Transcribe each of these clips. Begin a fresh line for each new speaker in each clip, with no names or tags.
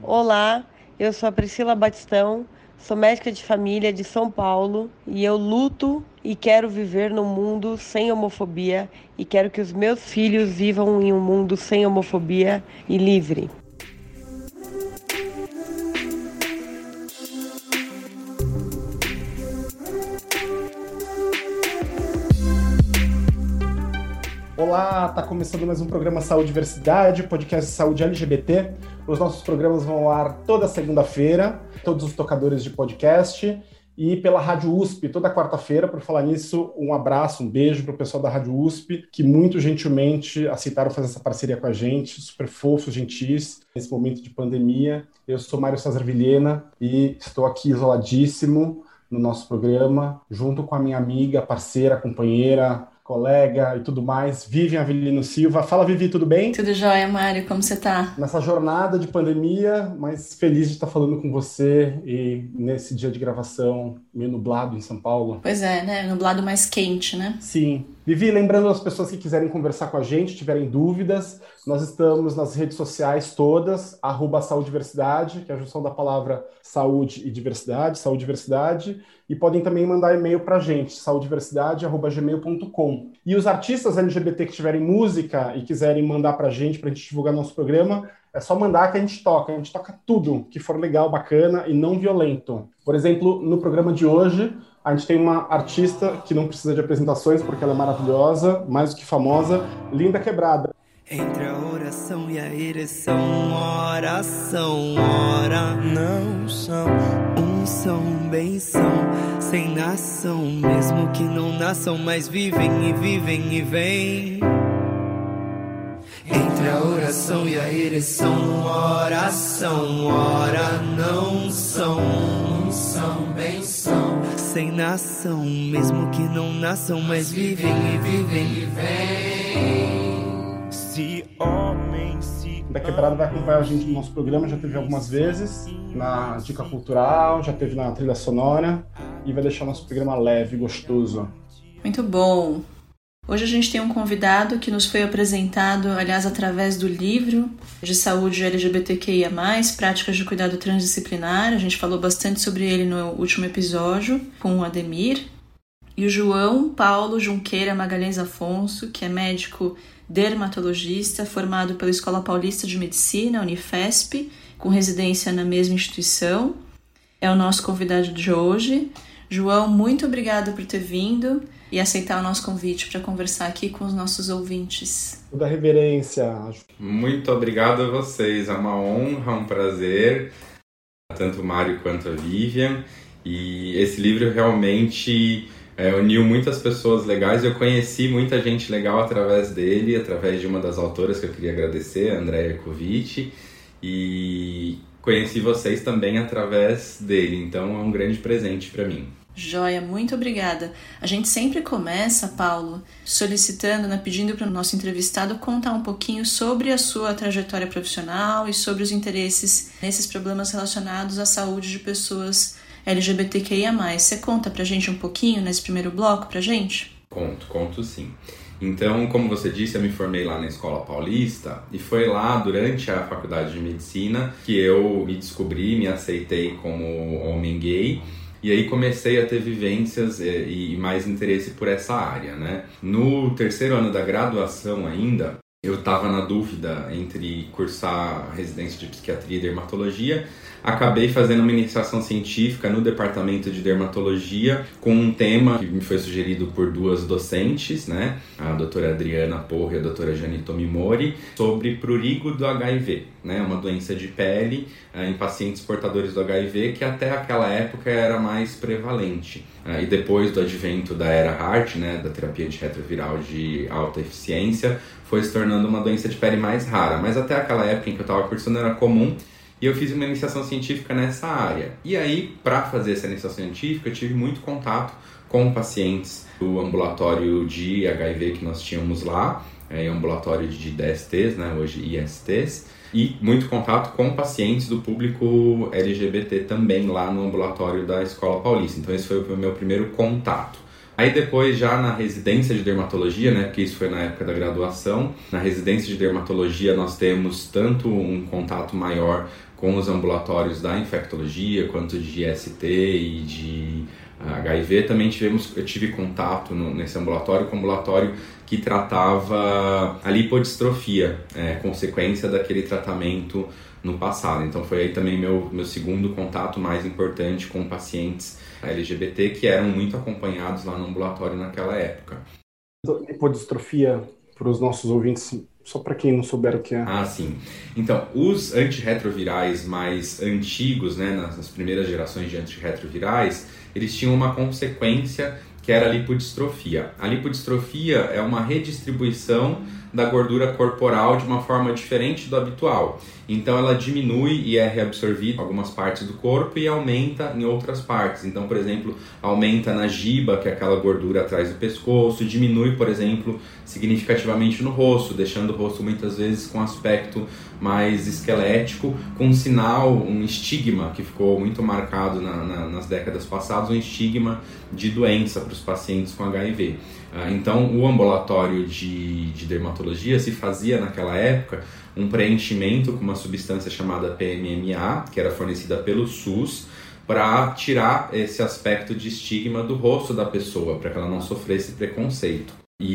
Olá, eu sou a Priscila Batistão, sou médica de família de São Paulo e eu luto e quero viver num mundo sem homofobia e quero que os meus filhos vivam em um mundo sem homofobia e livre.
Olá, tá começando mais um programa Saúde e Diversidade, podcast de saúde LGBT. Os nossos programas vão ao ar toda segunda-feira, todos os tocadores de podcast e pela Rádio USP, toda quarta-feira. Por falar nisso, um abraço, um beijo para o pessoal da Rádio USP, que muito gentilmente aceitaram fazer essa parceria com a gente, super fofos, gentis, nesse momento de pandemia. Eu sou Mário César Vilhena e estou aqui isoladíssimo no nosso programa, junto com a minha amiga, parceira, companheira, colega e tudo mais, Vivian Avelino Silva. Fala, Vivi, tudo bem?
Tudo jóia, Mário, como você tá?
Nessa jornada de pandemia, mas feliz de estar falando com você e nesse dia de gravação meio nublado em São Paulo.
Pois é, né? Nublado mais quente, né?
Sim. Vivi, lembrando as pessoas que quiserem conversar com a gente, tiverem dúvidas, nós estamos nas redes sociais todas, @saudiversidade, que é a junção da palavra saúde e diversidade, saúde e diversidade, e podem também mandar e-mail pra gente, saudiversidade@gmail.com. E os artistas LGBT que tiverem música e quiserem mandar pra gente divulgar nosso programa, é só mandar que a gente toca tudo que for legal, bacana e não violento. Por exemplo, no programa de hoje, a gente tem uma artista que não precisa de apresentações porque ela é maravilhosa, mais do que famosa, Linda Quebrada.
Entre a oração e a ereção, oração, ora não são, são, bem são, sem nação, mesmo que não nasçam, mas vivem e vêm. Entre a oração e a ereção, oração, ora não são, bem são, sem nação, mesmo que não nasçam, mas vivem e vêm.
Da Quebrada vai acompanhar a gente no nosso programa, já teve algumas vezes, na Dica Cultural, já teve na trilha sonora, e vai deixar o nosso programa leve, gostoso.
Muito bom! Hoje a gente tem um convidado que nos foi apresentado, aliás, através do livro de saúde LGBTQIA+, Práticas de Cuidado Transdisciplinar. A gente falou bastante sobre ele no último episódio, com o Ademir. E o João Paulo Junqueira Magalhães Afonso, que é médico dermatologista, formado pela Escola Paulista de Medicina, Unifesp, com residência na mesma instituição. É o nosso convidado de hoje. João, muito obrigado por ter vindo e aceitar o nosso convite para conversar aqui com os nossos ouvintes.
Toda reverência.
Muito obrigado a vocês, é uma honra, um prazer, tanto o Mário quanto a Vivian. E esse livro realmente uniu muitas pessoas legais. Eu conheci muita gente legal através dele, através de uma das autoras que eu queria agradecer, a Andrea Kovitch, e conheci vocês também através dele, então é um grande presente para mim.
Joia, muito obrigada. A gente sempre começa, Paulo, solicitando, pedindo para o nosso entrevistado contar um pouquinho sobre a sua trajetória profissional e sobre os interesses nesses problemas relacionados à saúde de pessoas LGBTQIA+. Você conta pra gente um pouquinho nesse primeiro bloco pra gente?
Conto sim. Então, como você disse, eu me formei lá na Escola Paulista e foi lá durante a faculdade de medicina que eu me descobri, me aceitei como homem gay. E aí comecei a ter vivências e mais interesse por essa área, né? No terceiro ano da graduação ainda, eu estava na dúvida entre cursar residência de psiquiatria e dermatologia. Acabei fazendo uma iniciação científica no departamento de dermatologia com um tema que me foi sugerido por duas docentes, né? A doutora Adriana Porro e a doutora Jane Tomimori, sobre prurigo do HIV, né? Uma doença de pele em pacientes portadores do HIV que até aquela época era mais prevalente. E depois do advento da era HAART, né? Da terapia antirretroviral de alta eficiência, foi se tornando uma doença de pele mais rara. Mas até aquela época em que eu estava cursando era comum. E eu fiz uma iniciação científica nessa área. E aí, para fazer essa iniciação científica, eu tive muito contato com pacientes do ambulatório de HIV que nós tínhamos lá, ambulatório de DSTs, né, hoje ISTs, e muito contato com pacientes do público LGBT também lá no ambulatório da Escola Paulista. Então esse foi o meu primeiro contato. Aí depois, já na residência de dermatologia, né, porque isso foi na época da graduação, na residência de dermatologia nós temos tanto um contato maior com os ambulatórios da infectologia, quanto de IST e de HIV. Também eu tive contato nesse ambulatório com um ambulatório que tratava a lipodistrofia, consequência daquele tratamento no passado. Então foi aí também meu segundo contato mais importante com pacientes LGBT que eram muito acompanhados lá no ambulatório naquela época.
Lipodistrofia, para os nossos ouvintes, só para quem não souber o que é.
Ah, sim. Então, os antirretrovirais mais antigos, né, nas primeiras gerações de antirretrovirais, eles tinham uma consequência que era a lipodistrofia. A lipodistrofia é uma redistribuição da gordura corporal de uma forma diferente do habitual. Então ela diminui e é reabsorvida em algumas partes do corpo e aumenta em outras partes. Então, por exemplo, aumenta na giba, que é aquela gordura atrás do pescoço, diminui, por exemplo, significativamente no rosto, deixando o rosto muitas vezes com aspecto mais esquelético, com um sinal, um estigma que ficou muito marcado nas décadas passadas, um estigma de doença para os pacientes com HIV. Então, o ambulatório de dermatologia se fazia naquela época um preenchimento com uma substância chamada PMMA, que era fornecida pelo SUS, para tirar esse aspecto de estigma do rosto da pessoa, para que ela não sofresse preconceito.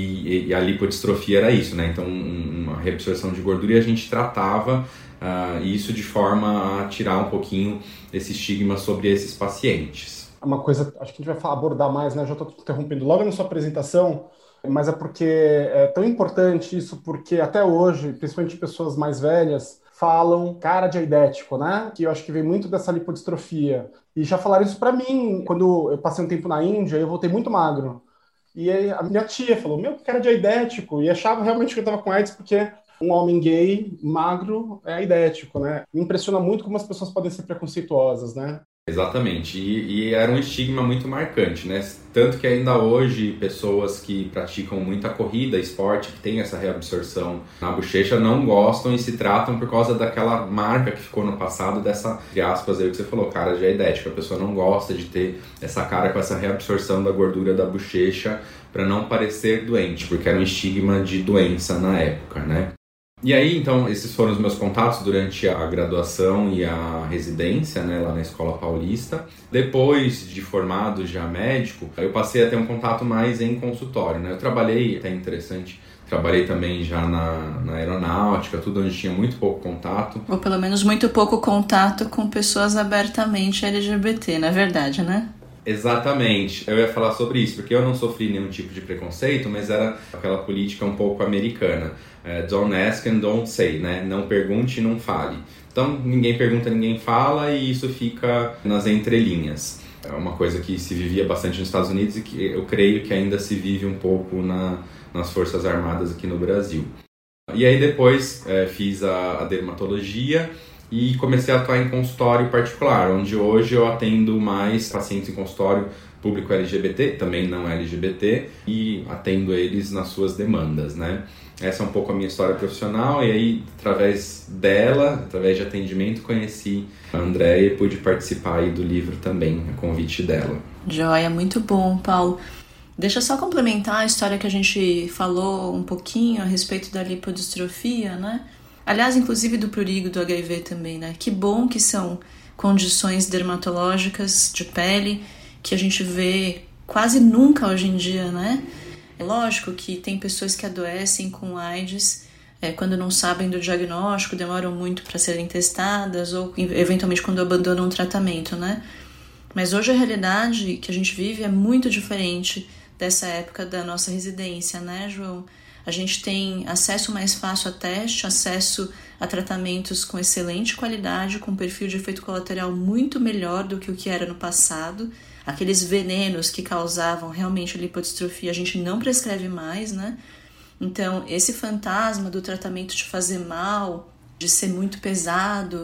E a lipodistrofia era isso, né? Então, uma reabsorção de gordura, e a gente tratava isso de forma a tirar um pouquinho esse estigma sobre esses pacientes.
Uma coisa, acho que a gente vai abordar mais, né? Já estou interrompendo logo na sua apresentação, mas é porque é tão importante isso, porque até hoje, principalmente pessoas mais velhas, falam cara de aidético, né? Que eu acho que vem muito dessa lipodistrofia. E já falaram isso para mim, quando eu passei um tempo na Índia, eu voltei muito magro. E aí a minha tia falou, meu, cara de aidético, e achava realmente que eu estava com AIDS porque um homem gay, magro, é aidético, né? Me impressiona muito como as pessoas podem ser preconceituosas, né?
Exatamente, e era um estigma muito marcante, né? Tanto que ainda hoje pessoas que praticam muita corrida, esporte, que tem essa reabsorção na bochecha, não gostam e se tratam por causa daquela marca que ficou no passado, dessa, entre aspas, aí que você falou, cara de aidético. A pessoa não gosta de ter essa cara com essa reabsorção da gordura da bochecha para não parecer doente, porque era um estigma de doença na época, né? E aí, então, esses foram os meus contatos durante a graduação e a residência, né, lá na Escola Paulista. Depois de formado já médico, eu passei a ter um contato mais em consultório, né? Eu trabalhei, até interessante, trabalhei também já na aeronáutica, tudo onde tinha muito pouco contato.
Ou pelo menos muito pouco contato com pessoas abertamente LGBT, na verdade, né?
Exatamente, eu ia falar sobre isso, porque eu não sofri nenhum tipo de preconceito, mas era aquela política um pouco americana. Don't ask and don't say, né? Não pergunte e não fale. Então, ninguém pergunta, ninguém fala, e isso fica nas entrelinhas. É uma coisa que se vivia bastante nos Estados Unidos e que eu creio que ainda se vive um pouco nas Forças Armadas aqui no Brasil. E aí depois fiz a dermatologia e comecei a atuar em consultório particular, onde hoje eu atendo mais pacientes em consultório público LGBT, também não LGBT, e atendo eles nas suas demandas, né? Essa é um pouco a minha história profissional, e aí, através dela, através de atendimento, conheci a Andréia e pude participar aí do livro também, a convite dela.
Joia, muito bom, Paulo. Deixa eu só complementar a história que a gente falou um pouquinho a respeito da lipodistrofia, né? Aliás, inclusive do prurigo, do HIV também, né? Que bom que são condições dermatológicas de pele que a gente vê quase nunca hoje em dia, né? É lógico que tem pessoas que adoecem com AIDS quando não sabem do diagnóstico, demoram muito para serem testadas ou eventualmente quando abandonam o tratamento, né? Mas hoje a realidade que a gente vive é muito diferente dessa época da nossa residência, né, João? A gente tem acesso mais fácil a teste, acesso a tratamentos com excelente qualidade, com perfil de efeito colateral muito melhor do que o que era no passado. Aqueles venenos que causavam realmente a lipodistrofia, a gente não prescreve mais, né? Então, esse fantasma do tratamento de fazer mal, de ser muito pesado,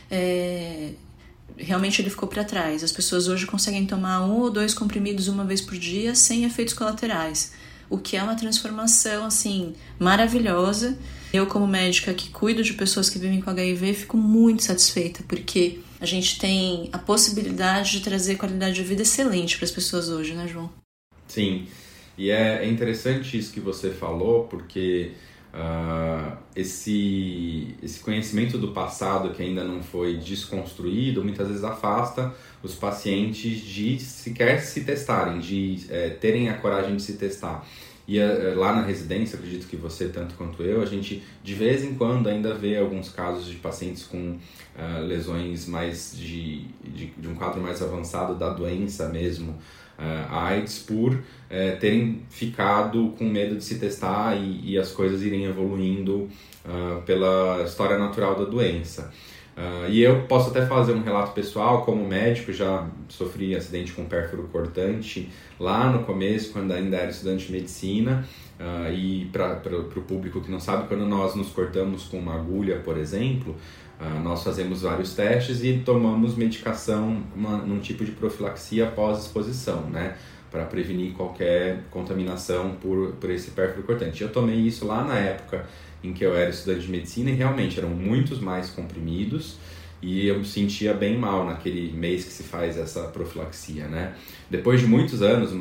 realmente ele ficou para trás. As pessoas hoje conseguem tomar 1 ou 2 comprimidos uma vez por dia sem efeitos colaterais, o que é uma transformação, assim, maravilhosa. Eu, como médica que cuido de pessoas que vivem com HIV, fico muito satisfeita, porque a gente tem a possibilidade de trazer qualidade de vida excelente para as pessoas hoje, né, João?
Sim, e é interessante isso que você falou, porque esse conhecimento do passado que ainda não foi desconstruído muitas vezes afasta os pacientes de sequer se testarem, de terem a coragem de se testar. E lá na residência, acredito que você, tanto quanto eu, a gente de vez em quando ainda vê alguns casos de pacientes com lesões mais de um quadro mais avançado da doença mesmo, a AIDS, por terem ficado com medo de se testar e as coisas irem evoluindo pela história natural da doença. E eu posso até fazer um relato pessoal, como médico, já sofri acidente com pérfuro cortante lá no começo, quando ainda era estudante de medicina, e para o público que não sabe, quando nós nos cortamos com uma agulha, por exemplo, nós fazemos vários testes e tomamos medicação num tipo de profilaxia pós-exposição, né, para prevenir qualquer contaminação por esse pérfuro cortante. Eu tomei isso lá na época em que eu era estudante de medicina e realmente eram muitos mais comprimidos e eu me sentia bem mal naquele mês que se faz essa profilaxia, né? Depois de muitos anos,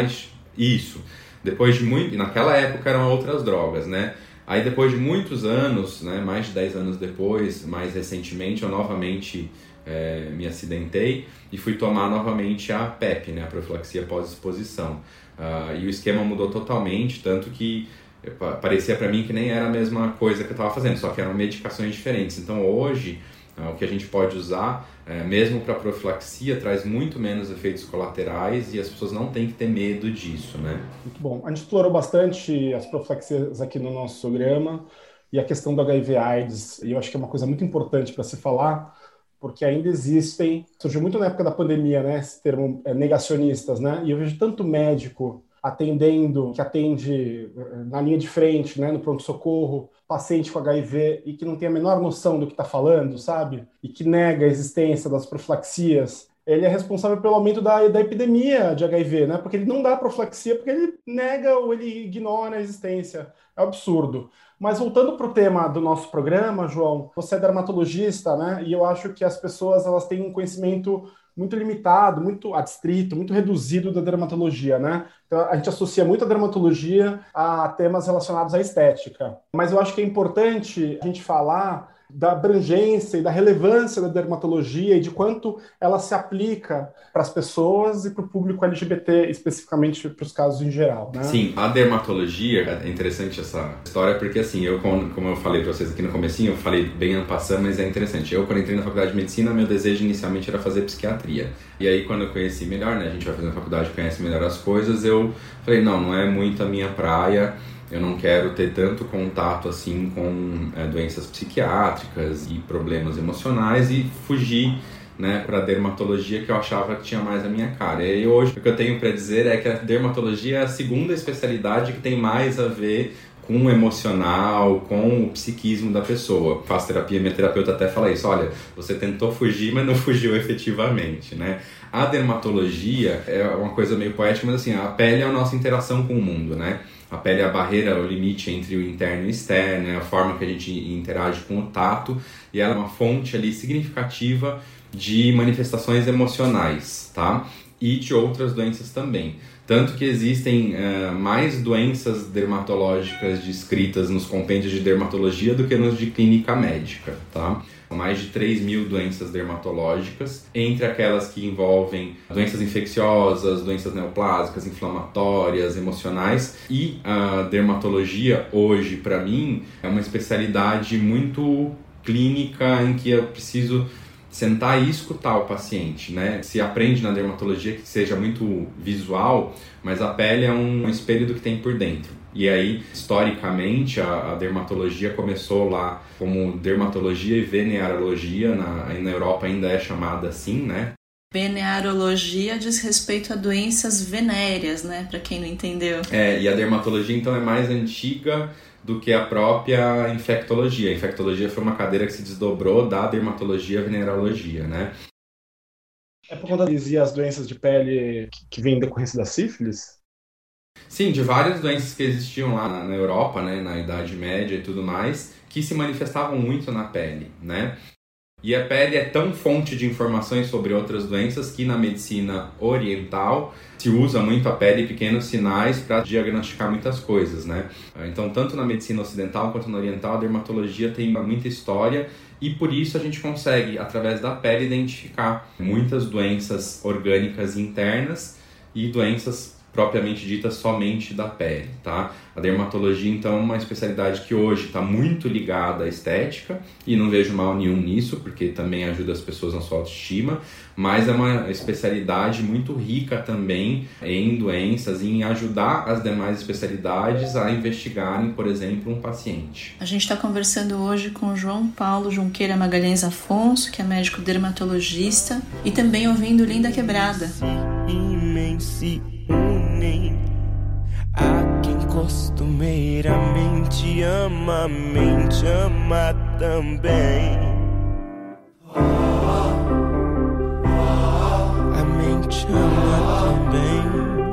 naquela época eram outras drogas, né? Aí depois de muitos anos, né, mais de 10 anos depois, mais recentemente, eu novamente me acidentei e fui tomar novamente a PEP, né, a profilaxia pós-exposição. E o esquema mudou totalmente, tanto que parecia para mim que nem era a mesma coisa que eu estava fazendo, só que eram medicações diferentes. Então hoje, o que a gente pode usar, mesmo para profilaxia, traz muito menos efeitos colaterais e as pessoas não têm que ter medo disso, né?
Muito bom. A gente explorou bastante as profilaxias aqui no nosso programa e a questão do HIV/AIDS, e eu acho que é uma coisa muito importante para se falar, porque ainda existem, surgiu muito na época da pandemia, né, esse termo negacionistas, né, e eu vejo tanto médico que atende na linha de frente, né, no pronto-socorro, paciente com HIV e que não tem a menor noção do que está falando, sabe? E que nega a existência das profilaxias. Ele é responsável pelo aumento da epidemia de HIV, né? Porque ele não dá profilaxia, porque ele nega ou ele ignora a existência. É um absurdo. Mas voltando para o tema do nosso programa, João, você é dermatologista, né? E eu acho que as pessoas elas têm um conhecimento muito limitado, muito adstrito, muito reduzido da dermatologia, né? Então, a gente associa muito a dermatologia a temas relacionados à estética. Mas eu acho que é importante a gente falar da abrangência e da relevância da dermatologia e de quanto ela se aplica para as pessoas e para o público LGBT, especificamente para os casos em geral, né?
Sim, a dermatologia, é interessante essa história, porque assim, como eu falei para vocês aqui no comecinho, eu falei bem en passant, mas é interessante. Eu, quando entrei na faculdade de medicina, meu desejo inicialmente era fazer psiquiatria. E aí, quando eu conheci melhor, né, a gente vai fazer na faculdade, conhece melhor as coisas, eu falei, não é muito a minha praia. Eu não quero ter tanto contato assim com doenças psiquiátricas e problemas emocionais e fugir, né, para a dermatologia, que eu achava que tinha mais a minha cara. E hoje o que eu tenho para dizer é que a dermatologia é a segunda especialidade que tem mais a ver com o emocional, com o psiquismo da pessoa. Faço terapia, minha terapeuta até fala isso, olha, você tentou fugir, mas não fugiu efetivamente, né? A dermatologia é uma coisa meio poética, mas assim, a pele é a nossa interação com o mundo, né? A pele é a barreira, o limite entre o interno e o externo, é a forma que a gente interage com o tato, e ela é uma fonte ali significativa de manifestações emocionais, tá? E de outras doenças também. Tanto que existem mais doenças dermatológicas descritas nos compêndios de dermatologia do que nos de clínica médica, tá? Mais de 3.000 doenças dermatológicas, entre aquelas que envolvem doenças infecciosas, doenças neoplásicas, inflamatórias, emocionais. E a dermatologia, hoje, para mim, é uma especialidade muito clínica em que eu preciso sentar e escutar o paciente, né? Se aprende na dermatologia que seja muito visual, mas a pele é um espelho do que tem por dentro. E aí, historicamente, a dermatologia começou lá como dermatologia e venereologia, na Europa ainda é chamada assim, né?
Venereologia diz respeito a doenças venéreas, né? Para quem não entendeu.
E a dermatologia, então, é mais antiga do que a própria infectologia. A infectologia foi uma cadeira que se desdobrou da dermatologia e venereologia, né?
É por conta disso, e as doenças de pele que vêm em decorrência da sífilis?
Sim, de várias doenças que existiam lá na Europa, né, na Idade Média e tudo mais, que se manifestavam muito na pele, né? E a pele é tão fonte de informações sobre outras doenças que na medicina oriental se usa muito a pele e pequenos sinais para diagnosticar muitas coisas, né? Então, tanto na medicina ocidental quanto na oriental, a dermatologia tem muita história e por isso a gente consegue, através da pele, identificar muitas doenças orgânicas internas e doenças propriamente ditas somente da pele, tá? A dermatologia, então, é uma especialidade que hoje está muito ligada à estética e não vejo mal nenhum nisso, porque também ajuda as pessoas na sua autoestima, mas é uma especialidade muito rica também em doenças e em ajudar as demais especialidades a investigarem, por exemplo, um paciente.
A gente está conversando hoje com João Paulo Junqueira Magalhães Afonso, que é médico dermatologista, e também ouvindo Linda Quebrada.
A quem costumeiramente ama, a mente ama também. A mente ama também.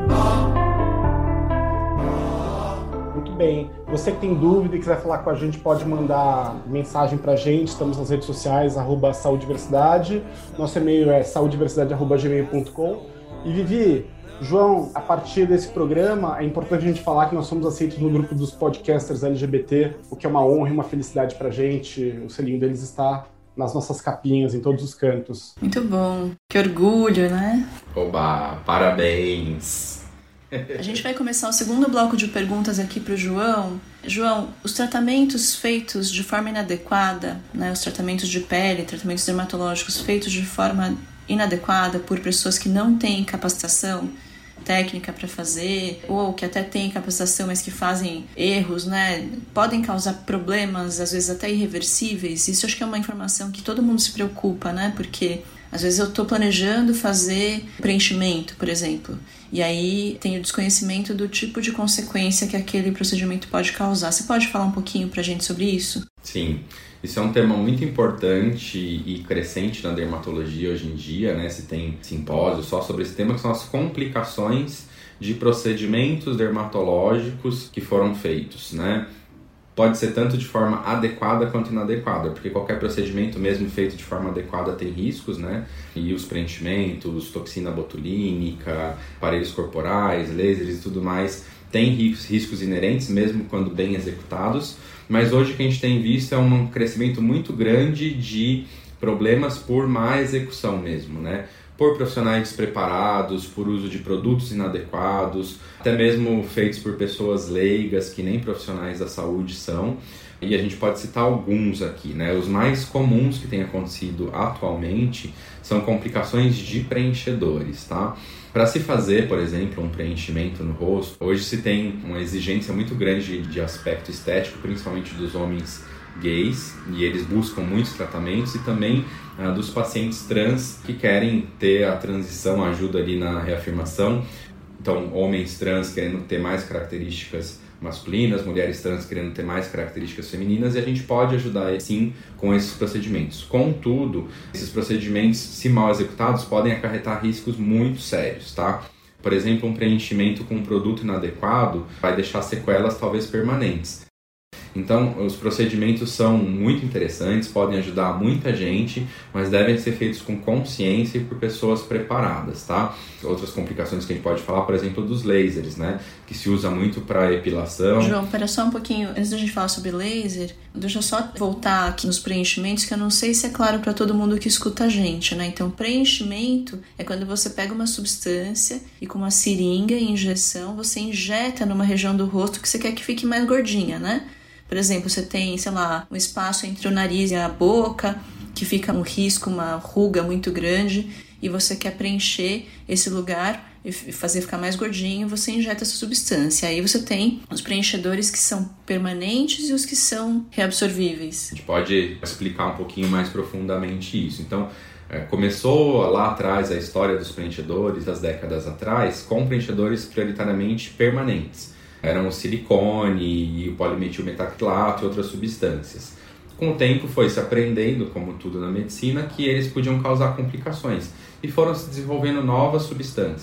Muito bem. Você que tem dúvida e quiser falar com a gente, pode mandar mensagem pra gente. Estamos nas redes sociais, @saudiversidade. Nosso e-mail é saudiversidade@gmail.com. E Vivi, João, a partir desse programa, é importante a gente falar que nós somos aceitos no grupo dos podcasters LGBT, o que é uma honra e uma felicidade pra gente. O selinho deles está nas nossas capinhas, em todos os cantos.
Muito bom. Que orgulho, né?
Oba, parabéns!
A gente vai começar o segundo bloco de perguntas aqui para o João. João, os tratamentos feitos de forma inadequada, né, os tratamentos de pele, tratamentos dermatológicos feitos de forma inadequada por pessoas que não têm capacitação técnica para fazer, ou que até têm capacitação, mas que fazem erros, né, podem causar problemas, às vezes até irreversíveis. Isso acho que é uma informação que todo mundo se preocupa, né, porque às vezes eu estou planejando fazer preenchimento, por exemplo, e aí tenho desconhecimento do tipo de consequência que aquele procedimento pode causar. Você pode falar um pouquinho pra gente sobre isso?
Sim, isso é um tema muito importante e crescente na dermatologia hoje em dia, né? Se tem simpósios só sobre esse tema, que são as complicações de procedimentos dermatológicos que foram feitos, né? Pode ser tanto de forma adequada quanto inadequada, porque qualquer procedimento, mesmo feito de forma adequada, tem riscos, né? E os preenchimentos, toxina botulínica, aparelhos corporais, lasers e tudo mais, tem riscos inerentes, mesmo quando bem executados. Mas hoje o que a gente tem visto é um crescimento muito grande de problemas por má execução mesmo, né? Por profissionais despreparados, por uso de produtos inadequados, até mesmo feitos por pessoas leigas que nem profissionais da saúde são. E a gente pode citar alguns aqui, né? Os mais comuns que têm acontecido atualmente são complicações de preenchedores, tá? Para se fazer, por exemplo, um preenchimento no rosto, hoje se tem uma exigência muito grande de aspecto estético, principalmente dos homens gays, e eles buscam muitos tratamentos, e também dos pacientes trans que querem ter a transição, ajuda ali na reafirmação. Então, homens trans querendo ter mais características masculinas, mulheres trans querendo ter mais características femininas, e a gente pode ajudar sim com esses procedimentos. Contudo, esses procedimentos, se mal executados, podem acarretar riscos muito sérios, tá? Por exemplo, um preenchimento com um produto inadequado vai deixar sequelas talvez permanentes. Então, os procedimentos são muito interessantes, podem ajudar muita gente, mas devem ser feitos com consciência e por pessoas preparadas, tá? Outras complicações que a gente pode falar, por exemplo, dos lasers, né? Que se usa muito para epilação.
João, espera só um pouquinho. Antes da gente falar sobre laser, deixa eu só voltar aqui nos preenchimentos, que eu não sei se é claro para todo mundo que escuta a gente, né? Então, preenchimento é quando você pega uma substância e com uma seringa e injeção, você injeta numa região do rosto que você quer que fique mais gordinha, né? Por exemplo, você tem, sei lá, um espaço entre o nariz e a boca, que fica um risco, uma ruga muito grande, e você quer preencher esse lugar e fazer ficar mais gordinho, você injeta essa substância. Aí você tem os preenchedores que são permanentes e os que são reabsorvíveis.
A gente pode explicar um pouquinho mais profundamente isso. Então, começou lá atrás a história dos preenchedores, das décadas atrás, com preenchedores prioritariamente permanentes. Eram o silicone e o polimetilmetacrilato e outras substâncias. Com o tempo foi se aprendendo, como tudo na medicina, que eles podiam causar complicações. E foram se desenvolvendo novas substâncias.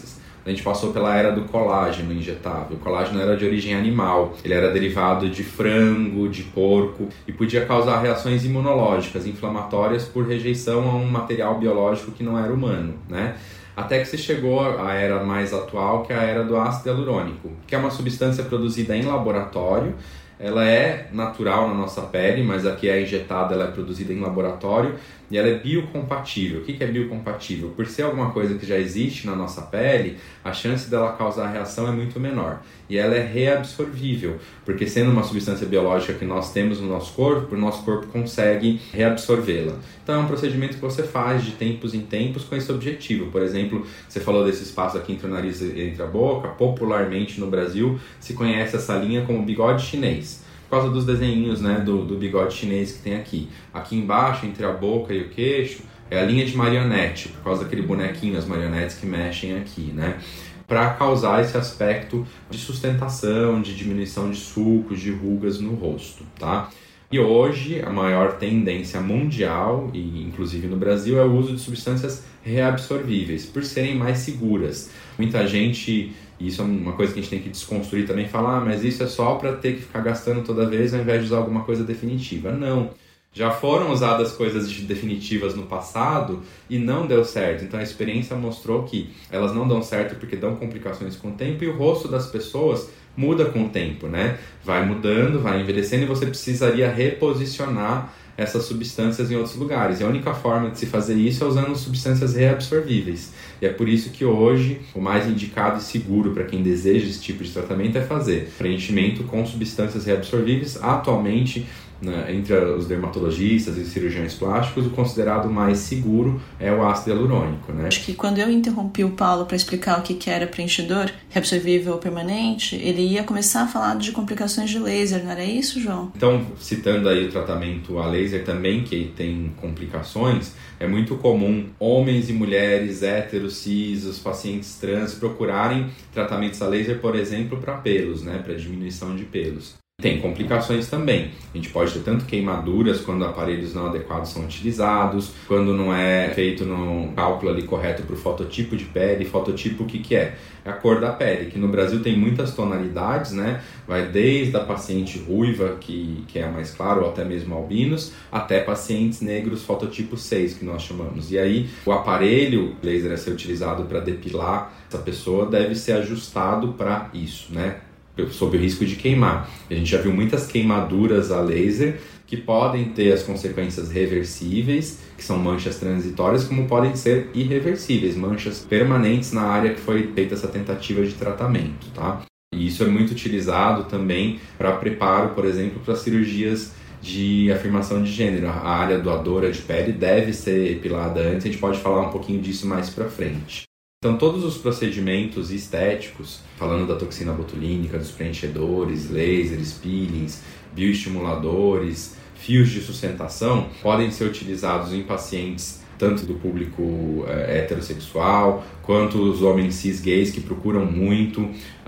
A gente passou pela era do colágeno injetável. O colágeno era de origem animal, ele era derivado de frango, de porco e podia causar reações imunológicas, inflamatórias por rejeição a um material biológico que não era humano, né? Até que se chegou à era mais atual, que é a era do ácido hialurônico, que é uma substância produzida em laboratório. Ela é natural na nossa pele, mas a que é injetada ela é produzida em laboratório e ela é biocompatível. O que é biocompatível? Por ser alguma coisa que já existe na nossa pele, a chance dela causar reação é muito menor. E ela é reabsorvível, porque sendo uma substância biológica que nós temos no nosso corpo consegue reabsorvê-la. Então é um procedimento que você faz de tempos em tempos com esse objetivo. Por exemplo, você falou desse espaço aqui entre o nariz e entre a boca. Popularmente no Brasil se conhece essa linha como bigode chinês, por causa dos desenhinhos, né, do bigode chinês que tem aqui. Aqui embaixo, entre a boca e o queixo, é a linha de marionete, por causa daquele bonequinho, as marionetes que mexem aqui, né? Para causar esse aspecto de sustentação, de diminuição de sulcos, de rugas no rosto, tá? E hoje a maior tendência mundial, e inclusive no Brasil, é o uso de substâncias reabsorvíveis, por serem mais seguras. Muita gente, e isso é uma coisa que a gente tem que desconstruir também, falar, mas isso é só para ter que ficar gastando toda vez ao invés de usar alguma coisa definitiva. Não. Já foram usadas coisas definitivas no passado e não deu certo. Então a experiência mostrou que elas não dão certo porque dão complicações com o tempo e o rosto das pessoas muda com o tempo, né? Vai mudando, vai envelhecendo e você precisaria reposicionar essas substâncias em outros lugares. E a única forma de se fazer isso é usando substâncias reabsorvíveis. E é por isso que hoje o mais indicado e seguro para quem deseja esse tipo de tratamento é fazer preenchimento com substâncias reabsorvíveis. Atualmente, entre os dermatologistas e cirurgiões plásticos, o considerado mais seguro é o ácido hialurônico, né?
Acho que quando eu interrompi o Paulo para explicar o que era preenchedor reabsorvível permanente, ele ia começar a falar de complicações de laser, não era isso, João?
Então, citando aí o tratamento a laser também, que tem complicações, é muito comum homens e mulheres, héteros, cis, os pacientes trans procurarem tratamentos a laser, por exemplo, para pelos, né? Para diminuição de pelos. Tem complicações também. A gente pode ter tanto queimaduras quando aparelhos não adequados são utilizados, quando não é feito no cálculo ali correto para o fototipo de pele. Fototipo o que é? É a cor da pele, que no Brasil tem muitas tonalidades, né? Vai desde a paciente ruiva, que é a mais clara, ou até mesmo albinos, até pacientes negros fototipo 6, que nós chamamos. E aí o aparelho laser a ser utilizado para depilar essa pessoa deve ser ajustado para isso, né? Sob o risco de queimar. A gente já viu muitas queimaduras a laser que podem ter as consequências reversíveis, que são manchas transitórias, como podem ser irreversíveis, manchas permanentes na área que foi feita essa tentativa de tratamento, tá? E isso é muito utilizado também para preparo, por exemplo, para cirurgias de afirmação de gênero. A área doadora de pele deve ser epilada antes, a gente pode falar um pouquinho disso mais para frente. Então, todos os procedimentos estéticos, falando da toxina botulínica, dos preenchedores, lasers, peelings, bioestimuladores, fios de sustentação, podem ser utilizados em pacientes tanto do público heterossexual, quanto os homens cis gays que procuram muito,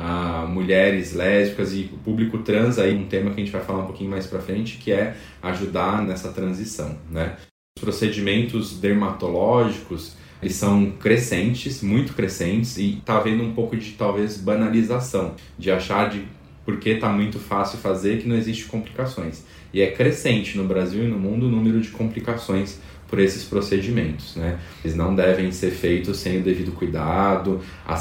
mulheres lésbicas e o público trans, aí um tema que a gente vai falar um pouquinho mais pra frente, que é ajudar nessa transição, né? Os procedimentos dermatológicos, eles são crescentes, muito crescentes, e está havendo um pouco de, talvez, banalização, de achar de porque está muito fácil fazer que não existe complicações. E é crescente no Brasil e no mundo o número de complicações por esses procedimentos, né? Eles não devem ser feitos sem o devido cuidado,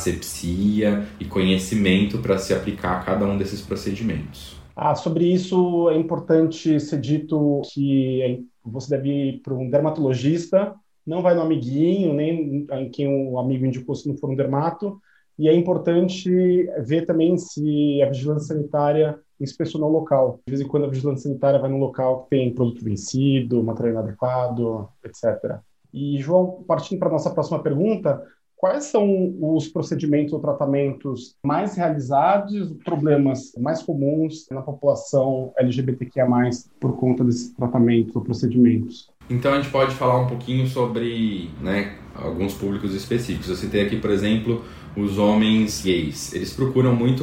asepsia e conhecimento para se aplicar a cada um desses procedimentos.
Sobre isso é importante ser dito que você deve ir para um dermatologista, não vai no amiguinho, nem em quem o amigo indicou se não for um dermato, e é importante ver também se a vigilância sanitária inspecionou o local. De vez em quando a vigilância sanitária vai num local que tem produto vencido, material inadequado, etc. E, João, partindo para a nossa próxima pergunta, quais são os procedimentos ou tratamentos mais realizados, problemas mais comuns na população LGBTQIA+, por conta desses tratamentos ou procedimentos?
Então a gente pode falar um pouquinho sobre, né, alguns públicos específicos. Eu citei aqui, por exemplo, os homens gays. Eles procuram muito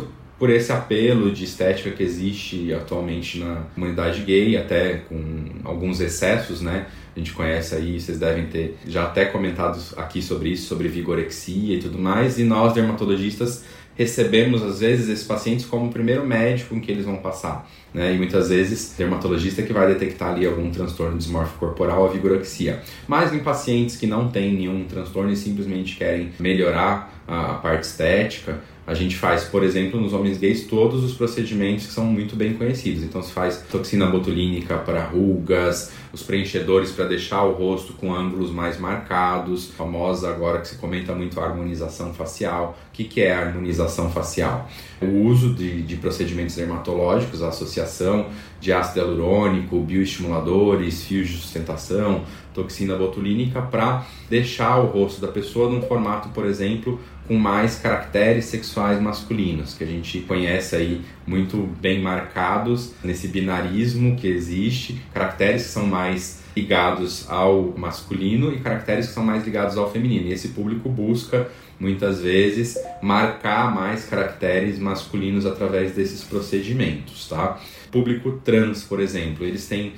por esse apelo de estética que existe atualmente na comunidade gay, até com alguns excessos, né? A gente conhece aí, vocês devem ter já até comentado aqui sobre isso, sobre vigorexia e tudo mais, e nós, dermatologistas, recebemos, às vezes, esses pacientes como o primeiro médico em que eles vão passar, né? E muitas vezes, dermatologista que vai detectar ali algum transtorno dismórfico corporal, a vigorexia. Mas em pacientes que não têm nenhum transtorno e simplesmente querem melhorar a parte estética, a gente faz, por exemplo, nos homens gays, todos os procedimentos que são muito bem conhecidos. Então se faz toxina botulínica para rugas, os preenchedores para deixar o rosto com ângulos mais marcados, famosa agora que se comenta muito a harmonização facial. O que é a harmonização facial? O uso de procedimentos dermatológicos, a associação de ácido hialurônico, bioestimuladores, fios de sustentação, toxina botulínica para deixar o rosto da pessoa num formato, por exemplo, com mais caracteres sexuais masculinos, que a gente conhece aí muito bem marcados nesse binarismo que existe, caracteres que são mais ligados ao masculino e caracteres que são mais ligados ao feminino. E esse público busca, muitas vezes, marcar mais caracteres masculinos através desses procedimentos, tá? Público trans, por exemplo, eles têm...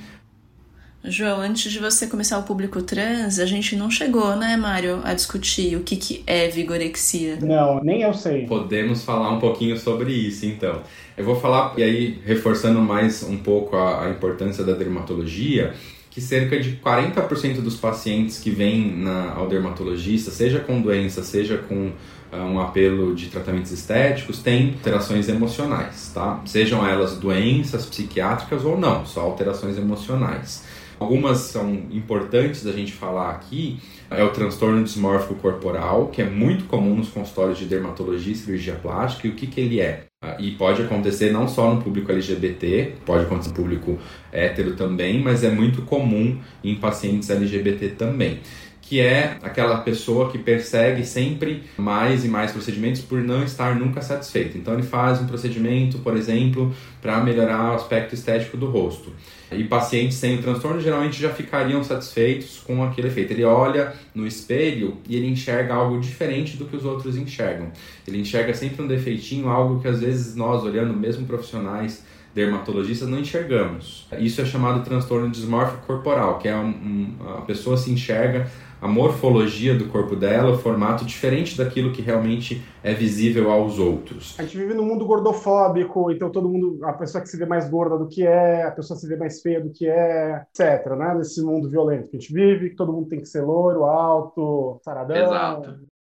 João, antes de você começar o público trans, a gente não chegou, né, Mário, a discutir o que é vigorexia.
Não, nem eu sei.
Podemos falar um pouquinho sobre isso, então. Eu vou falar, e aí reforçando mais um pouco a importância da dermatologia, que cerca de 40% dos pacientes que vêm ao dermatologista, seja com doença, seja com um apelo de tratamentos estéticos, têm alterações emocionais, tá? Sejam elas doenças psiquiátricas ou não, só alterações emocionais. Algumas são importantes da gente falar aqui, é o transtorno dismórfico corporal, que é muito comum nos consultórios de dermatologia e cirurgia plástica. E o que ele é? E pode acontecer não só no público LGBT, pode acontecer no público hétero também, mas é muito comum em pacientes LGBT também, que é aquela pessoa que persegue sempre mais e mais procedimentos por não estar nunca satisfeito. Então ele faz um procedimento, por exemplo, para melhorar o aspecto estético do rosto. E pacientes sem o transtorno geralmente já ficariam satisfeitos com aquele efeito. Ele olha no espelho e ele enxerga algo diferente do que os outros enxergam. Ele enxerga sempre um defeitinho, algo que às vezes nós, olhando, mesmo profissionais dermatologistas, não enxergamos. Isso é chamado transtorno dismórfico corporal, que é a pessoa se enxerga a morfologia do corpo dela, o formato diferente daquilo que realmente é visível aos outros.
A gente vive num mundo gordofóbico, então todo mundo, a pessoa que se vê mais gorda do que é, a pessoa se vê mais feia do que é, etc, né? Nesse mundo violento que a gente vive, que todo mundo tem que ser loiro, alto, saradão.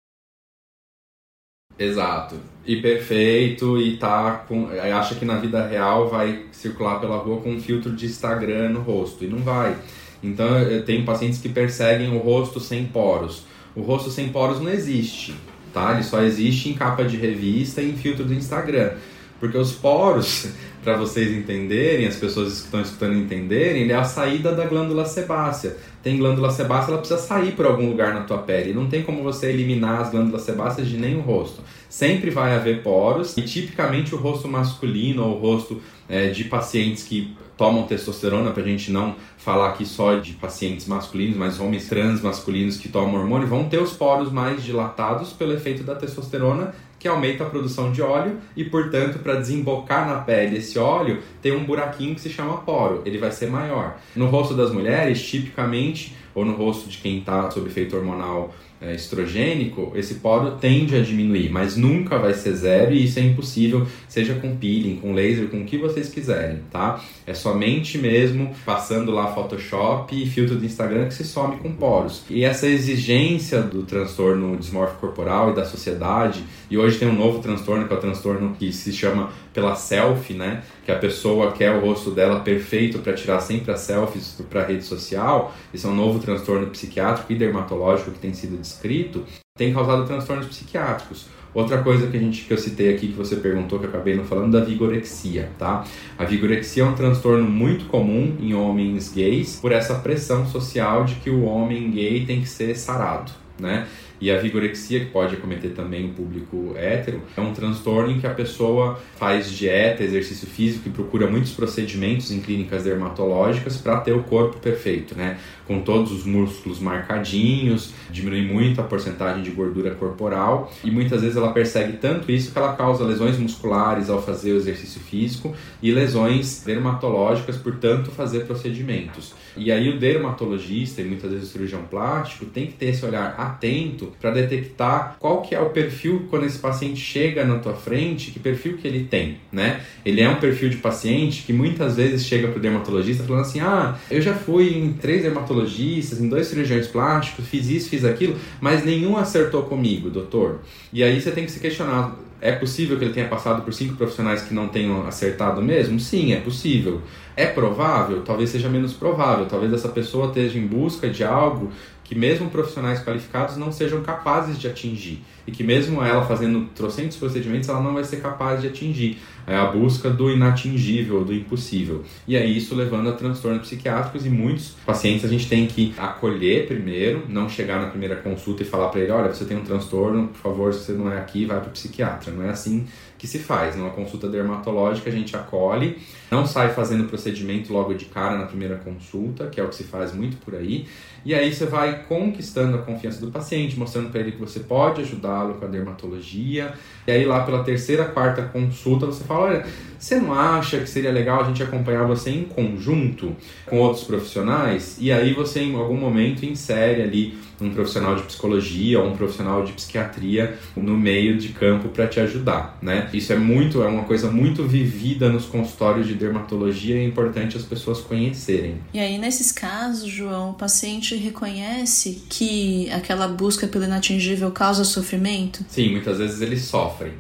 Exato. E perfeito, e acha que na vida real vai circular pela rua com um filtro de Instagram no rosto, e não vai. Então eu tenho pacientes que perseguem o rosto sem poros. O rosto sem poros não existe, tá? Ele só existe em capa de revista e em filtro do Instagram. Porque os poros, para vocês entenderem, as pessoas que estão escutando entenderem, ele é a saída da glândula sebácea. Tem glândula sebácea, ela precisa sair por algum lugar na tua pele. Não tem como você eliminar as glândulas sebáceas de nenhum rosto. Sempre vai haver poros, e tipicamente o rosto masculino ou o rosto de pacientes que tomam testosterona, pra gente não falar aqui só de pacientes masculinos, mas homens trans masculinos que tomam hormônio, vão ter os poros mais dilatados pelo efeito da testosterona, que aumenta a produção de óleo e, portanto, para desembocar na pele esse óleo, tem um buraquinho que se chama poro, ele vai ser maior. No rosto das mulheres, tipicamente, ou no rosto de quem está sob efeito hormonal estrogênico, esse poro tende a diminuir, mas nunca vai ser zero, e isso é impossível, seja com peeling, com laser, com o que vocês quiserem, tá? É somente mesmo passando lá Photoshop e filtro do Instagram que se some com poros. E essa exigência do transtorno dismórfico corporal e da sociedade, e hoje tem um novo transtorno, que é o transtorno que se chama pela selfie, né? Que a pessoa quer o rosto dela perfeito para tirar sempre as selfies para a rede social. Isso é um novo transtorno psiquiátrico e dermatológico que tem sido descrito, tem causado transtornos psiquiátricos. Outra coisa que eu citei aqui, que você perguntou, que eu acabei não falando, da vigorexia, tá? A vigorexia é um transtorno muito comum em homens gays por essa pressão social de que o homem gay tem que ser sarado, né? E a vigorexia, que pode acometer também o público hétero, é um transtorno em que a pessoa faz dieta, exercício físico e procura muitos procedimentos em clínicas dermatológicas para ter o corpo perfeito, né? Com todos os músculos marcadinhos, diminui muito a porcentagem de gordura corporal e muitas vezes ela persegue tanto isso que ela causa lesões musculares ao fazer o exercício físico e lesões dermatológicas por tanto fazer procedimentos. E aí o dermatologista e muitas vezes o cirurgião plástico tem que ter esse olhar atento para detectar qual que é o perfil quando esse paciente chega na tua frente, que perfil que ele tem, né? Ele é um perfil de paciente que muitas vezes chega para o dermatologista falando assim, eu já fui em 3 dermatologistas, em 2 cirurgiões plásticos, fiz isso, fiz aquilo, mas nenhum acertou comigo, doutor. E aí você tem que se questionar, é possível que ele tenha passado por 5 profissionais que não tenham acertado mesmo? Sim, é possível. É provável? Talvez seja menos provável. Talvez essa pessoa esteja em busca de algo que mesmo profissionais qualificados não sejam capazes de atingir. E que mesmo ela fazendo trocentos procedimentos, ela não vai ser capaz de atingir. É a busca do inatingível, do impossível. E é isso levando a transtornos psiquiátricos e muitos pacientes a gente tem que acolher primeiro, não chegar na primeira consulta e falar para ele, olha, você tem um transtorno, por favor, se você não é aqui, vai para o psiquiatra. Não é assim que se faz. Numa consulta dermatológica a gente acolhe, não sai fazendo procedimento logo de cara na primeira consulta, que é o que se faz muito por aí, e aí você vai conquistando a confiança do paciente, mostrando para ele que você pode ajudá-lo com a dermatologia, e aí lá pela 3ª, 4ª consulta você fala, olha, você não acha que seria legal a gente acompanhar você em conjunto com outros profissionais? E aí você em algum momento insere ali um profissional de psicologia ou um profissional de psiquiatria no meio de campo para te ajudar, né? Isso é uma coisa muito vivida nos consultórios de dermatologia e é importante as pessoas conhecerem.
E aí, nesses casos, João, o paciente reconhece que aquela busca pelo inatingível causa sofrimento?
Sim, muitas vezes eles sofrem,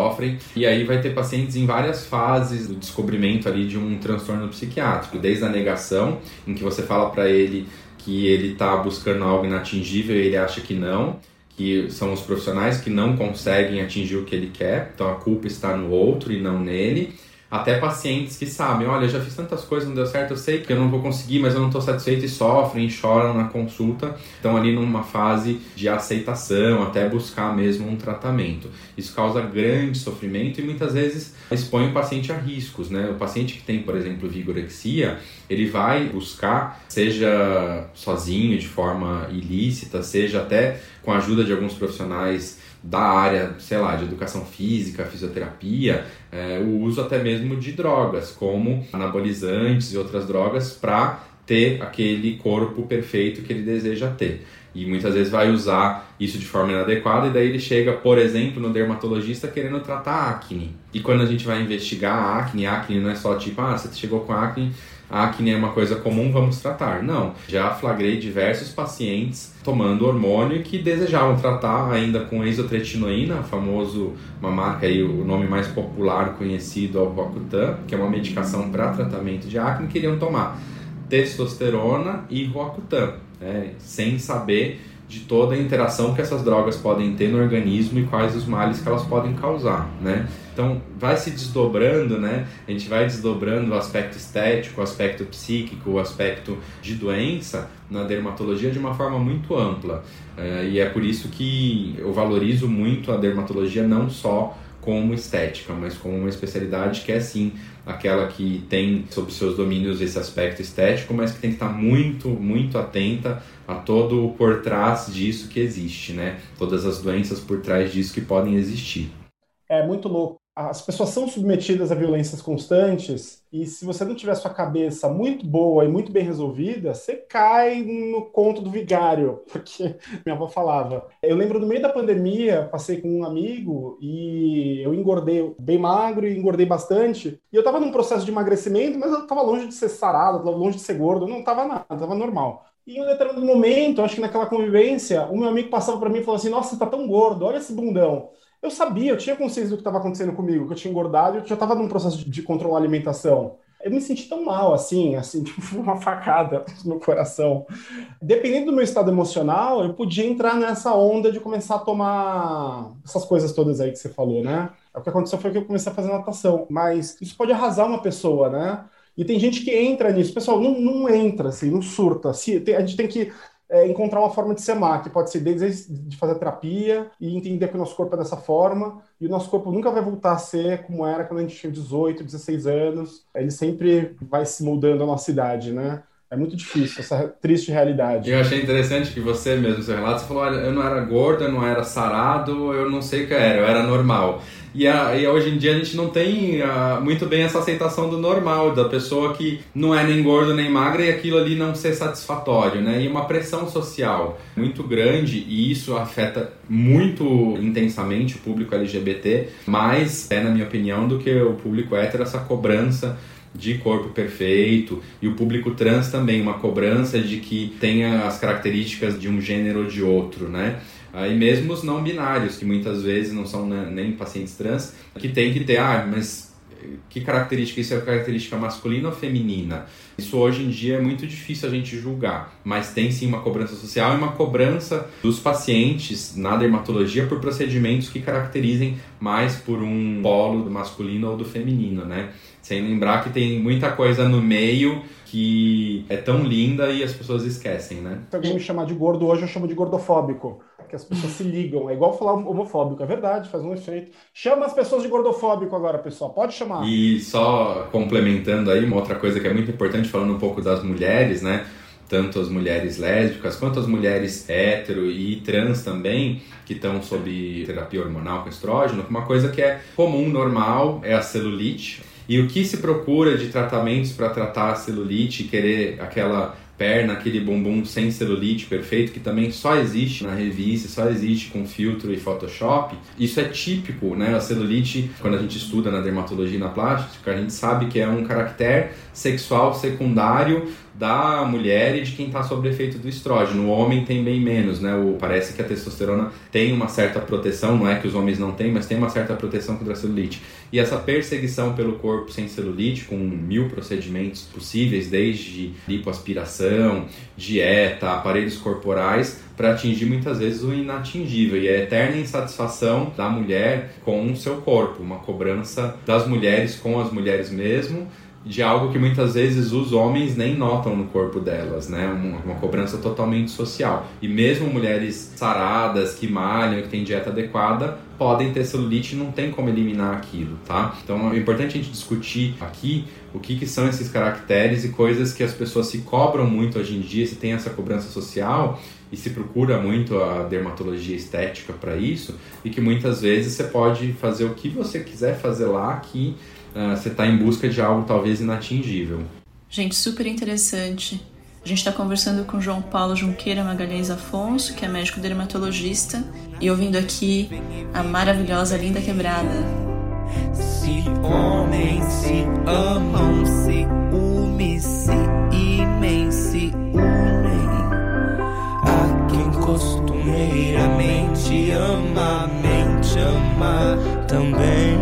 e aí vai ter pacientes em várias fases do descobrimento ali de um transtorno psiquiátrico, desde a negação, em que você fala para ele que ele está buscando algo inatingível e ele acha que não, que são os profissionais que não conseguem atingir o que ele quer, então a culpa está no outro e não nele. Até pacientes que sabem, olha, eu já fiz tantas coisas, não deu certo, eu sei que eu não vou conseguir, mas eu não estou satisfeito e sofrem, choram na consulta. Estão ali numa fase de aceitação, até buscar mesmo um tratamento. Isso causa grande sofrimento e muitas vezes expõe o paciente a riscos, né? O paciente que tem, por exemplo, vigorexia, ele vai buscar, seja sozinho, de forma ilícita, seja até com a ajuda de alguns profissionais da área, sei lá, de educação física, fisioterapia, o uso até mesmo de drogas, como anabolizantes e outras drogas, para ter aquele corpo perfeito que ele deseja ter. E muitas vezes vai usar isso de forma inadequada e daí ele chega, por exemplo, no dermatologista querendo tratar acne. E quando a gente vai investigar a acne não é só tipo, você chegou com acne, a acne é uma coisa comum, vamos tratar. Não, já flagrei diversos pacientes tomando hormônio que desejavam tratar ainda com isotretinoína, uma marca aí, o nome mais popular conhecido é o Roacutan, que é uma medicação para tratamento de acne, queriam tomar testosterona e Roacutan, sem saber de toda a interação que essas drogas podem ter no organismo e quais os males que elas podem causar, né? Então, vai se desdobrando, né? A gente vai desdobrando o aspecto estético, o aspecto psíquico, o aspecto de doença na dermatologia de uma forma muito ampla. E é por isso que eu valorizo muito a dermatologia não só como estética, mas como uma especialidade que é sim aquela que tem sob seus domínios esse aspecto estético, mas que tem que estar muito, muito atenta a todo o por trás disso que existe, né? Todas as doenças por trás disso que podem existir.
É muito louco. As pessoas são submetidas a violências constantes e se você não tiver sua cabeça muito boa e muito bem resolvida, você cai no conto do vigário, porque minha avó falava. Eu lembro no meio da pandemia, passei com um amigo e eu engordei bem magro e engordei bastante. E eu estava num processo de emagrecimento, mas eu estava longe de ser sarado, estava longe de ser gordo, não estava nada, estava normal. E em um determinado momento, acho que naquela convivência, o meu amigo passava para mim e falou assim, nossa, você tá tão gordo, olha esse bundão. Eu sabia, eu tinha consciência do que estava acontecendo comigo, que eu tinha engordado e eu já estava num processo de controlar a alimentação. Eu me senti tão mal, assim, tipo uma facada no coração. Dependendo do meu estado emocional, eu podia entrar nessa onda de começar a tomar essas coisas todas aí que você falou, né? O que aconteceu foi que eu comecei a fazer natação, mas isso pode arrasar uma pessoa, né? E tem gente que entra nisso. Pessoal, não entra, assim, não surta. A gente tem que encontrar uma forma de se amar, que pode ser desde de fazer terapia e entender que o nosso corpo é dessa forma, e o nosso corpo nunca vai voltar a ser como era quando a gente tinha 18, 16 anos. Ele sempre vai se moldando à nossa idade, né? É muito difícil, essa triste realidade.
Eu achei interessante que você mesmo, seu relato, você falou, olha, eu não era gordo, eu não era sarado, eu não sei o que era, eu era normal. E hoje em dia a gente não tem muito bem essa aceitação do normal, da pessoa que não é nem gordo nem magra e aquilo ali não ser satisfatório, né? E uma pressão social muito grande, e isso afeta muito intensamente o público LGBT, mais, na minha opinião, do que o público hétero, essa cobrança de corpo perfeito, e o público trans também, uma cobrança de que tenha as características de um gênero ou de outro, né? E mesmo os não binários, que muitas vezes não são nem pacientes trans, que tem que ter, mas que característica, isso é característica masculina ou feminina? Isso hoje em dia é muito difícil a gente julgar, mas tem sim uma cobrança social e uma cobrança dos pacientes na dermatologia por procedimentos que caracterizem mais por um polo do masculino ou do feminino, né? Sem lembrar que tem muita coisa no meio que é tão linda e as pessoas esquecem, né?
Se alguém me chamar de gordo hoje, eu chamo de gordofóbico, porque as pessoas se ligam. É igual falar homofóbico, é verdade, faz um efeito. Chama as pessoas de gordofóbico agora, pessoal, pode chamar.
E só complementando aí, uma outra coisa que é muito importante, falando um pouco das mulheres, né? Tanto as mulheres lésbicas quanto as mulheres hétero e trans também, que estão sob terapia hormonal com estrógeno, uma coisa que é comum, normal, é a celulite. E o que se procura de tratamentos para tratar a celulite, querer aquela perna, aquele bumbum sem celulite perfeito, que também só existe na revista, só existe com filtro e Photoshop, isso é típico, né? A celulite, quando a gente estuda na dermatologia e na plástica, a gente sabe que é um caractere sexual secundário da mulher e de quem está sob efeito do estrógeno. O homem tem bem menos, né? Parece que a testosterona tem uma certa proteção, não é que os homens não têm, mas tem uma certa proteção contra a celulite. E essa perseguição pelo corpo sem celulite, com 1000 procedimentos possíveis, desde lipoaspiração, dieta, aparelhos corporais, para atingir muitas vezes o inatingível. E a eterna insatisfação da mulher com o seu corpo, uma cobrança das mulheres com as mulheres mesmo, de algo que muitas vezes os homens nem notam no corpo delas, né? Uma cobrança totalmente social. E mesmo mulheres saradas, que malham, que têm dieta adequada, podem ter celulite e não tem como eliminar aquilo, tá? Então é importante a gente discutir aqui o que são esses caracteres e coisas que as pessoas se cobram muito hoje em dia, se tem essa cobrança social e se procura muito a dermatologia estética para isso, e que muitas vezes você pode fazer o que você quiser fazer lá, que você está em busca de algo talvez inatingível.
Gente, super interessante. A gente está conversando com João Paulo Junqueira Magalhães Afonso, que é médico dermatologista, e ouvindo aqui a maravilhosa Linda Quebrada.
Se homens se amam, se unem, se imem, se unem. A quem costumeiramente ama, mente ama também.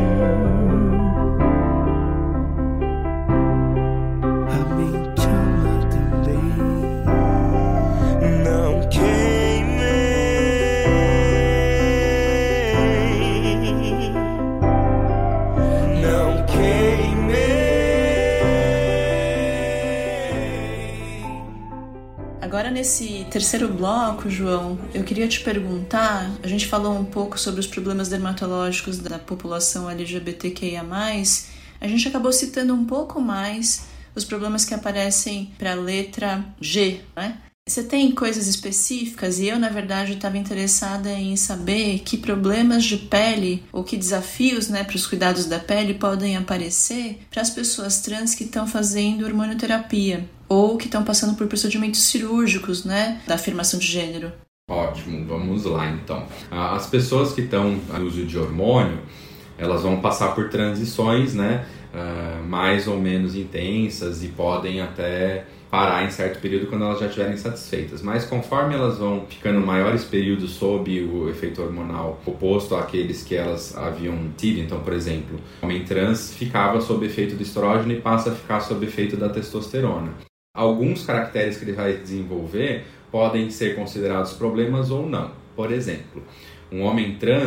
Agora, nesse terceiro bloco, João, eu queria te perguntar, a gente falou um pouco sobre os problemas dermatológicos da população LGBTQIA+, a gente acabou citando um pouco mais os problemas que aparecem para a letra G, né? Você tem coisas específicas? E eu, na verdade, estava interessada em saber que problemas de pele ou que desafios, né, para os cuidados da pele podem aparecer para as pessoas trans que estão fazendo hormonioterapia ou que estão passando por procedimentos cirúrgicos, né, da afirmação de gênero.
Ótimo, vamos lá então. As pessoas que estão no uso de hormônio, elas vão passar por transições, né, mais ou menos intensas, e podem até parar em certo período quando elas já estiverem satisfeitas. Mas conforme elas vão ficando maiores períodos sob o efeito hormonal oposto àqueles que elas haviam tido, então, por exemplo, o homem trans ficava sob efeito do estrógeno e passa a ficar sob efeito da testosterona. Alguns caracteres que ele vai desenvolver podem ser considerados problemas ou não. Por exemplo, um homem trans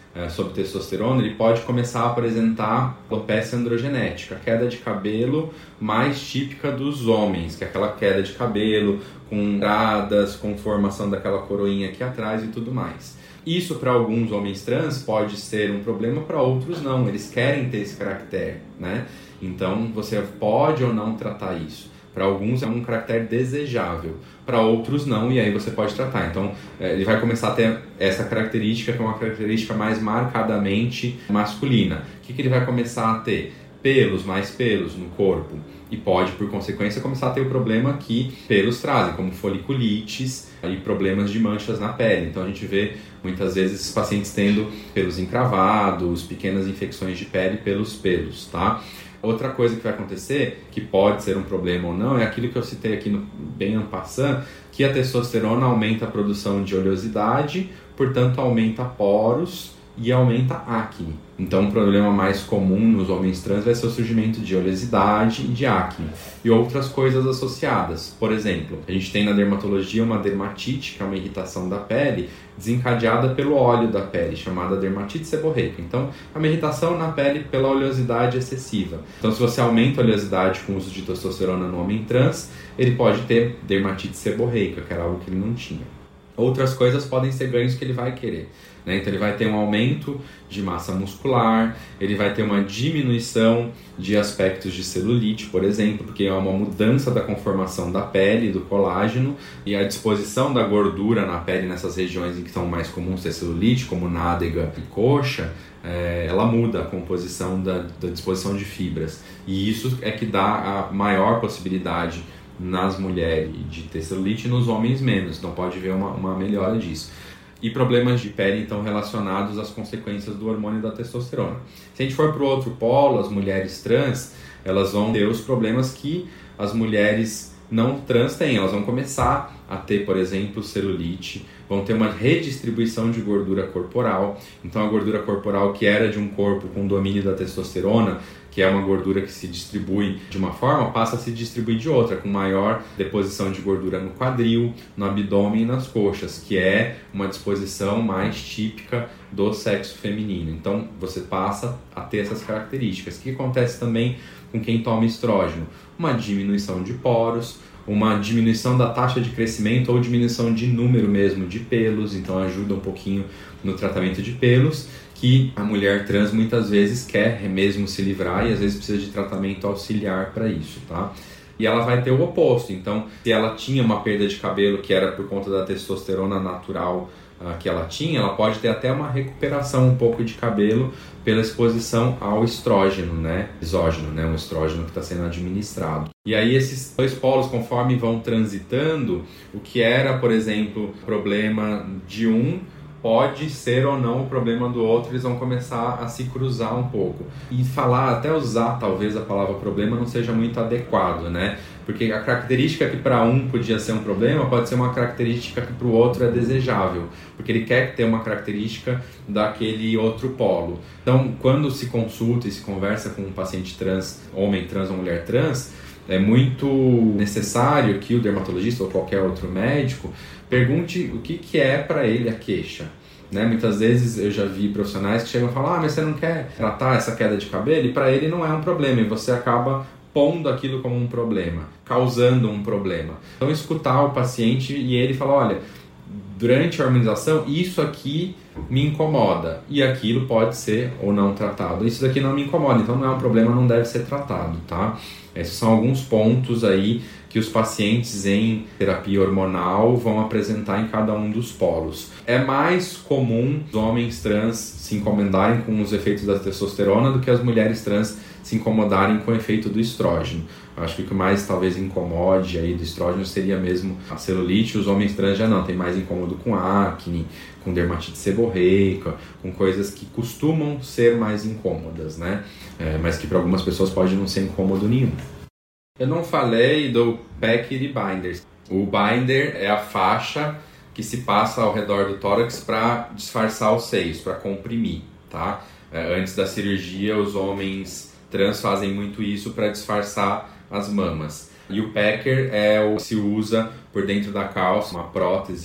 sobre testosterona, ele pode começar a apresentar alopecia androgenética, a queda de cabelo mais típica dos homens, que é aquela queda de cabelo com entradas, com formação daquela coroinha aqui atrás e tudo mais. Isso para alguns homens trans pode ser um problema, para outros não, eles querem ter esse caractere, né? Então você pode ou não tratar isso. Para alguns é um caractere desejável, para outros não, e aí você pode tratar. Então ele vai começar a ter essa característica, que é uma característica mais marcadamente masculina. O que ele vai começar a ter? Mais pelos no corpo. E pode, por consequência, começar a ter o problema que pelos trazem, como foliculites e problemas de manchas na pele. Então a gente vê muitas vezes esses pacientes tendo pelos encravados, pequenas infecções de pele pelos pelos, tá? Outra coisa que vai acontecer, que pode ser um problema ou não, é aquilo que eu citei aqui bem en passant, que a testosterona aumenta a produção de oleosidade, portanto aumenta poros e aumenta acne. Então um problema mais comum nos homens trans vai ser o surgimento de oleosidade e de acne. E outras coisas associadas. Por exemplo, a gente tem na dermatologia uma dermatite, que é uma irritação da pele, desencadeada pelo óleo da pele, chamada dermatite seborreica. Então, é uma irritação na pele pela oleosidade excessiva. Então, se você aumenta a oleosidade com o uso de testosterona no homem trans, ele pode ter dermatite seborreica, que era algo que ele não tinha. Outras coisas podem ser ganhos que ele vai querer, né? Então ele vai ter um aumento de massa muscular, ele vai ter uma diminuição de aspectos de celulite, por exemplo, porque é uma mudança da conformação da pele, do colágeno, e a disposição da gordura na pele nessas regiões em que são mais comuns ter celulite, como nádega e coxa, ela muda a composição da disposição de fibras. E isso é que dá a maior possibilidade nas mulheres de ter celulite e nos homens menos, então pode ver uma melhora disso. E problemas de pele, então, relacionados às consequências do hormônio da testosterona. Se a gente for para o outro polo, as mulheres trans, elas vão ter os problemas que as mulheres não trans têm. Elas vão começar a ter, por exemplo, celulite, vão ter uma redistribuição de gordura corporal. Então, a gordura corporal que era de um corpo com domínio da testosterona, que é uma gordura que se distribui de uma forma, passa a se distribuir de outra, com maior deposição de gordura no quadril, no abdômen e nas coxas, que é uma disposição mais típica do sexo feminino. Então, você passa a ter essas características. O que acontece também com quem toma estrógeno? Uma diminuição de poros, uma diminuição da taxa de crescimento ou diminuição de número mesmo de pelos, então ajuda um pouquinho no tratamento de pelos, que a mulher trans muitas vezes quer mesmo se livrar e às vezes precisa de tratamento auxiliar para isso, tá? E ela vai ter o oposto. Então, se ela tinha uma perda de cabelo que era por conta da testosterona natural que ela tinha, ela pode ter até uma recuperação um pouco de cabelo pela exposição ao estrógeno, né? Exógeno, né? Um estrógeno que está sendo administrado. E aí esses dois polos, conforme vão transitando, o que era, por exemplo, problema de um, pode ser ou não o problema do outro, eles vão começar a se cruzar um pouco. E falar, até usar talvez a palavra problema não seja muito adequado, né? Porque a característica que para um podia ser um problema, pode ser uma característica que para o outro é desejável. Porque ele quer ter uma característica daquele outro polo. Então, quando se consulta e se conversa com um paciente trans, homem trans ou mulher trans, é muito necessário que o dermatologista ou qualquer outro médico pergunte o que é para ele a queixa. Né? Muitas vezes eu já vi profissionais que chegam e falam: mas você não quer tratar essa queda de cabelo? E para ele não é um problema, e você acaba pondo aquilo como um problema, causando um problema. Então escutar o paciente e ele falar: olha, durante a harmonização isso aqui me incomoda e aquilo pode ser ou não tratado. Isso daqui não me incomoda, então não é um problema, não deve ser tratado, tá? Esses são alguns pontos aí que os pacientes em terapia hormonal vão apresentar em cada um dos polos. É mais comum os homens trans se incomodarem com os efeitos da testosterona do que as mulheres trans se incomodarem com o efeito do estrógeno. Eu acho que o que mais talvez incomode aí do estrógeno seria mesmo a celulite. Os homens trans já não, tem mais incômodo com acne, com dermatite seborreica, com coisas que costumam ser mais incômodas, né? Mas que para algumas pessoas pode não ser incômodo nenhum. Eu não falei do packer e binder. O binder é a faixa que se passa ao redor do tórax para disfarçar os seios, para comprimir, tá? Antes da cirurgia, os homens trans fazem muito isso para disfarçar as mamas. E o packer é o que se usa por dentro da calça, uma prótese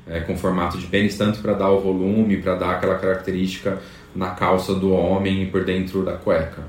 com formato de pênis, tanto para dar o volume, para dar aquela característica na calça do homem e por dentro da cueca.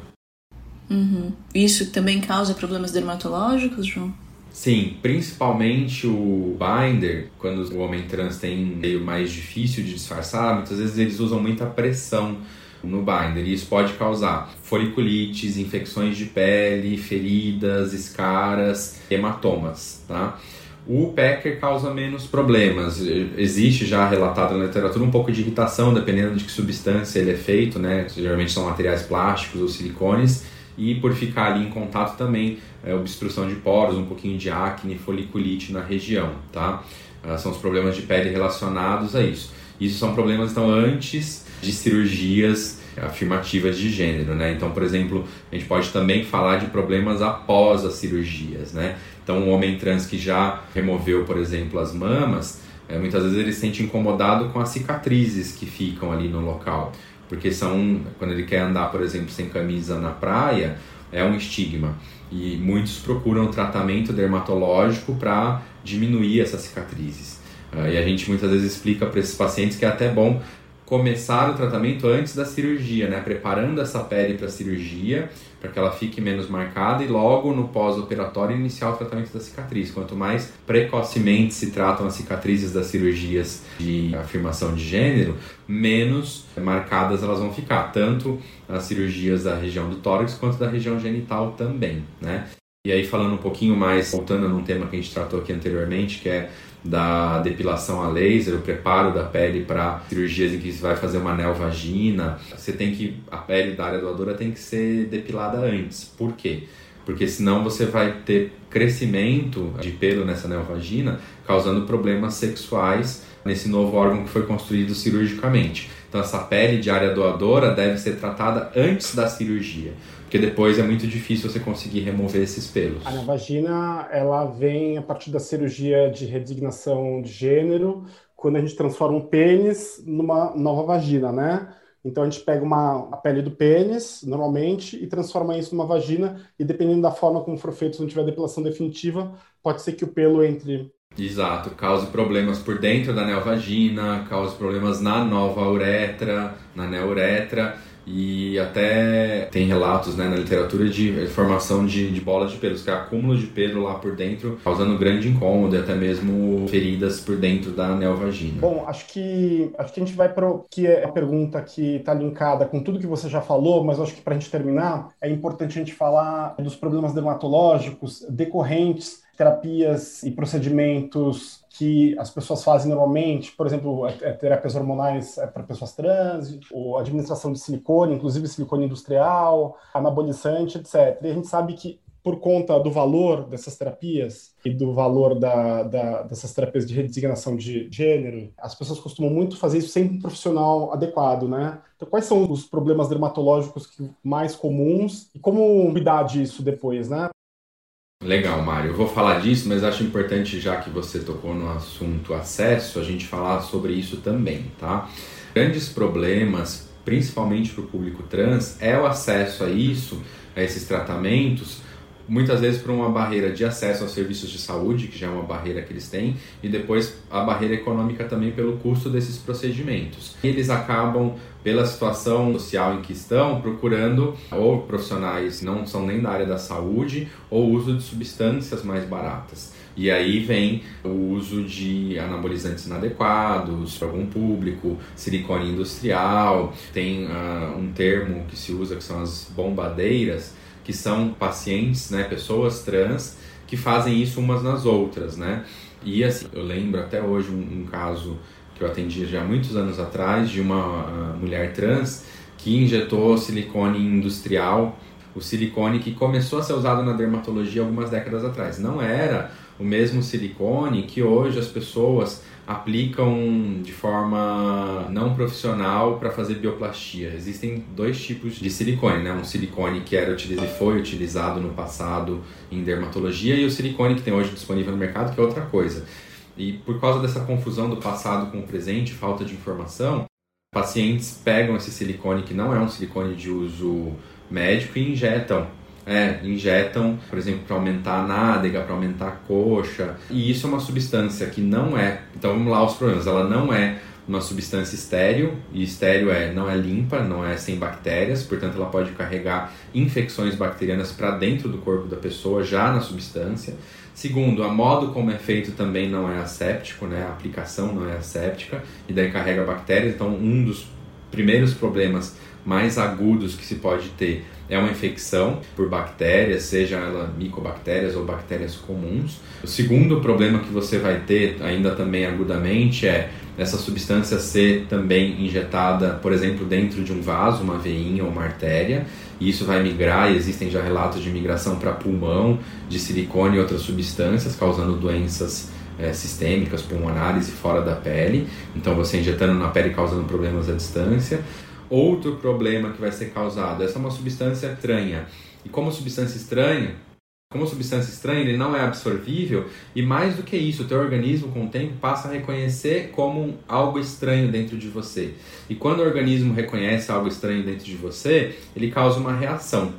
Isso também causa problemas dermatológicos, João?
Sim, principalmente o binder, quando o homem trans tem meio mais difícil de disfarçar, muitas vezes eles usam muita pressão no binder e isso pode causar foliculites, infecções de pele, feridas, escaras, hematomas, tá? O Packer causa menos problemas. Existe já relatado na literatura um pouco de irritação, dependendo de que substância ele é feito, né? Geralmente são materiais plásticos ou silicones, e por ficar ali em contato também obstrução de poros, um pouquinho de acne, foliculite na região, tá? São os problemas de pele relacionados a isso. Isso são problemas, então, antes de cirurgias afirmativas de gênero, né? Então, por exemplo, a gente pode também falar de problemas após as cirurgias, né? Então, um homem trans que já removeu, por exemplo, as mamas, muitas vezes ele se sente incomodado com as cicatrizes que ficam ali no local, porque quando ele quer andar, por exemplo, sem camisa na praia, é um estigma. E muitos procuram tratamento dermatológico para diminuir essas cicatrizes. E a gente muitas vezes explica para esses pacientes que é até bom começar o tratamento antes da cirurgia, né? Preparando essa pele para a cirurgia, para que ela fique menos marcada, e logo no pós-operatório iniciar o tratamento da cicatriz. Quanto mais precocemente se tratam as cicatrizes das cirurgias de afirmação de gênero, menos marcadas elas vão ficar, tanto as cirurgias da região do tórax quanto da região genital também, né? E aí, falando um pouquinho mais, voltando num tema que a gente tratou aqui anteriormente, que é da depilação a laser, o preparo da pele para cirurgias em que você vai fazer uma neovagina, a pele da área doadora tem que ser depilada antes. Por quê? Porque senão você vai ter crescimento de pelo nessa neovagina, causando problemas sexuais nesse novo órgão que foi construído cirurgicamente. Então essa pele de área doadora deve ser tratada antes da cirurgia, porque depois é muito difícil você conseguir remover esses pelos.
A neovagina, ela vem a partir da cirurgia de redesignação de gênero, quando a gente transforma um pênis numa nova vagina, né? Então a gente pega a pele do pênis, normalmente, e transforma isso numa vagina, e dependendo da forma como for feito, se não tiver depilação definitiva, pode ser que o pelo entre...
Exato, cause problemas por dentro da neovagina, cause problemas na nova uretra, na neuretra, e até tem relatos, né, na literatura de formação de bolas de pelos, que é acúmulo de pelo lá por dentro, causando grande incômodo e até mesmo feridas por dentro da neovagina.
Bom, acho que a gente vai para que é a pergunta que está linkada com tudo que você já falou, mas acho que para a gente terminar, é importante a gente falar dos problemas dermatológicos decorrentes, terapias e procedimentos que as pessoas fazem normalmente, por exemplo, terapias hormonais para pessoas trans, ou administração de silicone, inclusive silicone industrial, anabolizante, etc. E a gente sabe que, por conta do valor dessas terapias e do valor dessas terapias de redesignação de gênero, as pessoas costumam muito fazer isso sem um profissional adequado, né? Então, quais são os problemas dermatológicos mais comuns e como cuidar disso depois, né?
Legal, Mário. Eu vou falar disso, mas acho importante, já que você tocou no assunto acesso, a gente falar sobre isso também, tá? Grandes problemas, principalmente para o público trans, é o acesso a esses tratamentos, muitas vezes por uma barreira de acesso aos serviços de saúde, que já é uma barreira que eles têm, e depois a barreira econômica também pelo custo desses procedimentos. Eles acabam, pela situação social em que estão, procurando ou profissionais não são nem da área da saúde ou uso de substâncias mais baratas. E aí vem o uso de anabolizantes inadequados para algum público, silicone industrial, tem um termo que se usa que são as bombadeiras, que são pacientes, né, pessoas trans, que fazem isso umas nas outras, né? E assim, eu lembro até hoje um caso que eu atendi já há muitos anos atrás, de uma mulher trans que injetou silicone industrial, o silicone que começou a ser usado na dermatologia algumas décadas atrás. Não era o mesmo silicone que hoje as pessoas aplicam de forma não profissional para fazer bioplastia. Existem dois tipos de silicone, né? Um silicone que foi utilizado no passado em dermatologia e o silicone que tem hoje disponível no mercado, que é outra coisa. E por causa dessa confusão do passado com o presente, falta de informação, pacientes pegam esse silicone que não é um silicone de uso médico e injetam injetam, por exemplo, para aumentar a nádega, para aumentar a coxa. E isso é uma substância que não é... Então vamos lá os problemas. Ela não é uma substância estéril, e estéril não é limpa, não é sem bactérias, portanto ela pode carregar infecções bacterianas para dentro do corpo da pessoa já na substância. Segundo, a modo como é feito também não é asséptico, né? A aplicação não é asséptica, e daí carrega bactérias. Então um dos primeiros problemas mais agudos que se pode ter é uma infecção por bactérias, seja ela micobactérias ou bactérias comuns. O segundo problema que você vai ter, ainda também agudamente, é essa substância ser também injetada, por exemplo, dentro de um vaso, uma veinha ou uma artéria, e isso vai migrar, e existem já relatos de migração para pulmão, de silicone e outras substâncias, causando doenças sistêmicas, pulmonares e fora da pele. Então você injetando na pele causando problemas à distância. Outro problema que vai ser causado, essa é uma substância estranha. E como substância estranha, ele não é absorvível, e mais do que isso, o teu organismo com o tempo passa a reconhecer como algo estranho dentro de você. E quando o organismo reconhece algo estranho dentro de você, ele causa uma reação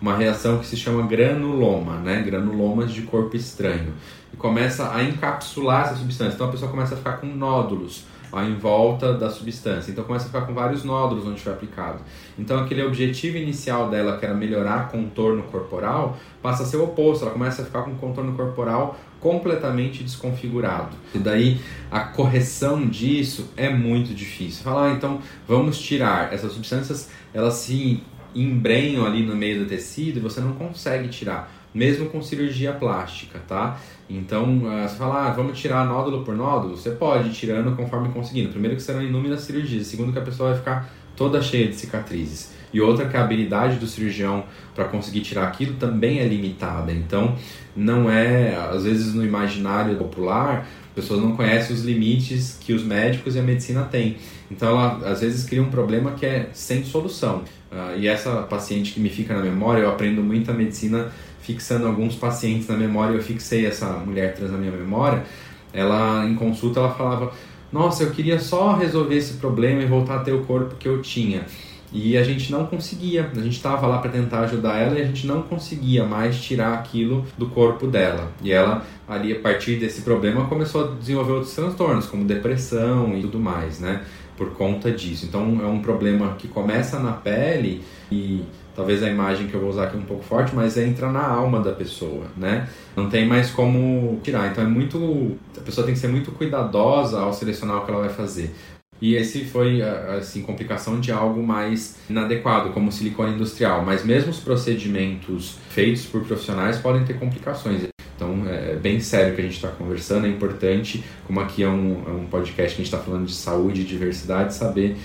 que se chama granuloma, né? Granulomas de corpo estranho. E começa a encapsular essa substância. Então a pessoa começa a ficar com nódulos em volta da substância. Então começa a ficar com vários nódulos onde foi aplicado. Então aquele objetivo inicial dela, que era melhorar contorno corporal, passa a ser o oposto. Ela começa a ficar com contorno corporal completamente desconfigurado. E daí a correção disso é muito difícil. Falar, então vamos tirar. Essas substâncias, elas se embrenham ali no meio do tecido e você não consegue tirar, mesmo com cirurgia plástica, tá? Então, você fala, vamos tirar nódulo por nódulo? Você pode ir tirando conforme conseguindo. Primeiro que serão inúmeras cirurgias. Segundo que a pessoa vai ficar toda cheia de cicatrizes. E outra que a habilidade do cirurgião para conseguir tirar aquilo também é limitada. Então, não é... Às vezes no imaginário popular, as pessoas não conhecem os limites que os médicos e a medicina têm. Então, ela às vezes cria um problema que é sem solução. E essa paciente que me fica na memória, eu aprendo muito a medicina fixando alguns pacientes na memória. Eu fixei essa mulher trans na minha memória. Ela, em consulta, ela falava, nossa, eu queria só resolver esse problema e voltar a ter o corpo que eu tinha. E a gente não conseguia, a gente estava lá para tentar ajudar ela e a gente não conseguia mais tirar aquilo do corpo dela. E ela, ali, a partir desse problema, começou a desenvolver outros transtornos, como depressão e tudo mais, né? Por conta disso. Então é um problema que começa na pele e talvez a imagem que eu vou usar aqui é um pouco forte, mas entra na alma da pessoa, né? Não tem mais como tirar. Então a pessoa tem que ser muito cuidadosa ao selecionar o que ela vai fazer. E esse foi, assim, complicação de algo mais inadequado, como silicone industrial. Mas mesmo os procedimentos feitos por profissionais podem ter complicações. Então é bem sério que a gente está conversando, é importante, como aqui é um podcast que a gente está falando de saúde e diversidade, saber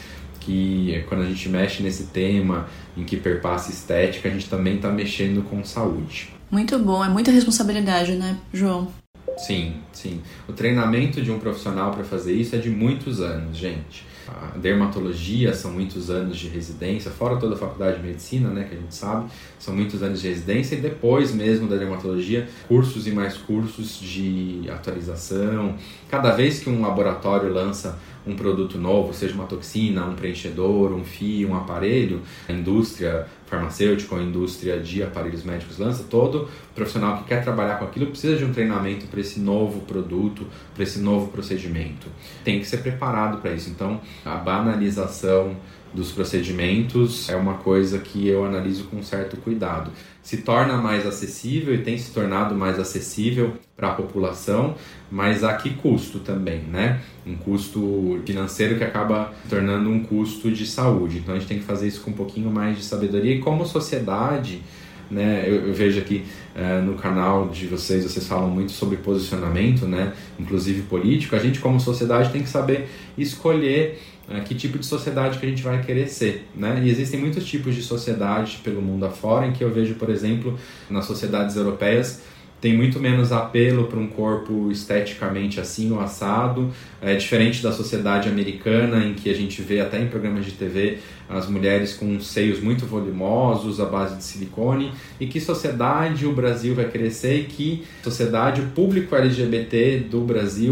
que quando a gente mexe nesse tema em que perpassa estética, a gente também está mexendo com saúde.
Muito bom, é muita responsabilidade, né, João?
Sim, sim. O treinamento de um profissional para fazer isso é de muitos anos, gente. A dermatologia são muitos anos de residência, fora toda a faculdade de medicina, né, que a gente sabe, são muitos anos de residência, e depois mesmo da dermatologia, cursos e mais cursos de atualização. Cada vez que um laboratório lança um produto novo, seja uma toxina, um preenchedor, um fio, um aparelho, a indústria farmacêutica ou a indústria de aparelhos médicos lança, todo profissional que quer trabalhar com aquilo precisa de um treinamento para esse novo produto, para esse novo procedimento. Tem que ser preparado para isso. Então, a banalização dos procedimentos é uma coisa que eu analiso com certo cuidado. Se torna mais acessível e tem se tornado mais acessível para a população, mas a que custo também, né? Um custo financeiro que acaba se tornando um custo de saúde. Então a gente tem que fazer isso com um pouquinho mais de sabedoria. E como sociedade, né, eu vejo aqui no canal de vocês falam muito sobre posicionamento, né, inclusive político. A gente como sociedade tem que saber escolher que tipo de sociedade que a gente vai querer ser, né? E existem muitos tipos de sociedade pelo mundo afora, em que eu vejo, por exemplo, nas sociedades europeias, tem muito menos apelo para um corpo esteticamente assim ou assado, diferente da sociedade americana, em que a gente vê até em programas de TV as mulheres com seios muito volumosos à base de silicone. E que sociedade o Brasil vai querer ser, e que sociedade o público LGBT do Brasil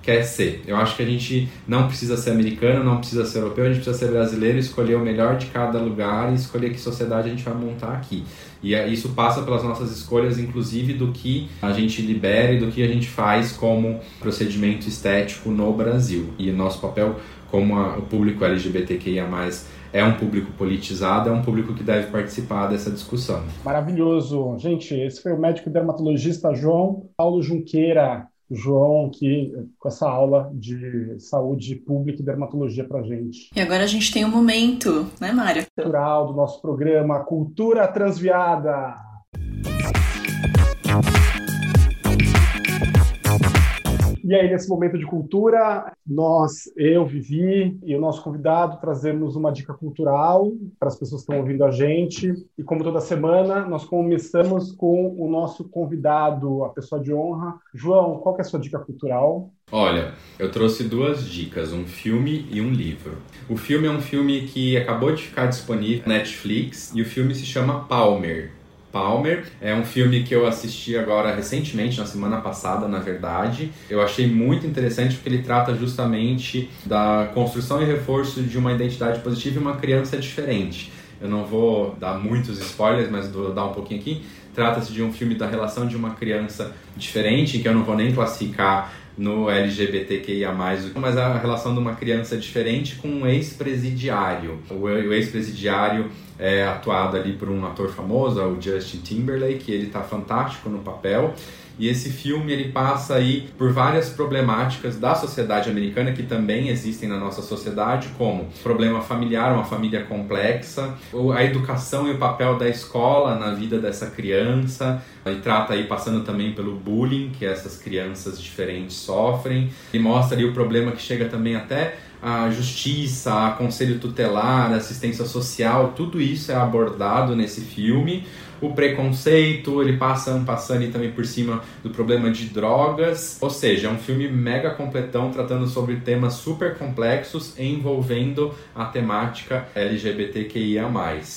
quer ser. Eu acho que a gente não precisa ser americano, não precisa ser europeu, a gente precisa ser brasileiro, escolher o melhor de cada lugar e escolher que sociedade a gente vai montar aqui. E isso passa pelas nossas escolhas, inclusive do que a gente libera e do que a gente faz como procedimento estético no Brasil. E o nosso papel como o público LGBTQIA+, é um público politizado, é um público que deve participar dessa discussão.
Maravilhoso. Gente, esse foi o médico dermatologista João Paulo Junqueira. João, que com essa aula de saúde pública e dermatologia pra gente.
E agora a gente tem um momento, né, Mário?
Cultural do nosso programa Cultura Transviada. E aí, nesse momento de cultura, eu, Vivi e o nosso convidado trazemos uma dica cultural para as pessoas que estão ouvindo a gente. E como toda semana, nós começamos com o nosso convidado, a pessoa de honra. João, qual que é a sua dica cultural?
Olha, eu trouxe 2 dicas, um filme e um livro. O filme é um filme que acabou de ficar disponível na Netflix e o filme se chama Palmer. Palmer é um filme que eu assisti agora recentemente, na semana passada, na verdade. Eu achei muito interessante porque ele trata justamente da construção e reforço de uma identidade positiva e uma criança diferente. Eu não vou dar muitos spoilers, mas vou dar um pouquinho aqui. Trata-se de um filme da relação de uma criança diferente, que eu não vou nem classificar no LGBTQIA+, mas a relação de uma criança diferente com um ex-presidiário. O ex-presidiário é atuado ali por um ator famoso, o Justin Timberlake, ele está fantástico no papel. E esse filme ele passa aí por várias problemáticas da sociedade americana que também existem na nossa sociedade, como problema familiar, uma família complexa, a educação e o papel da escola na vida dessa criança. E trata aí passando também pelo bullying que essas crianças diferentes sofrem. E mostra ali o problema que chega também até a justiça, a conselho tutelar, a assistência social, tudo isso é abordado nesse filme. O preconceito, ele passa ali também por cima do problema de drogas, ou seja, é um filme mega completão tratando sobre temas super complexos envolvendo a temática LGBTQIA+.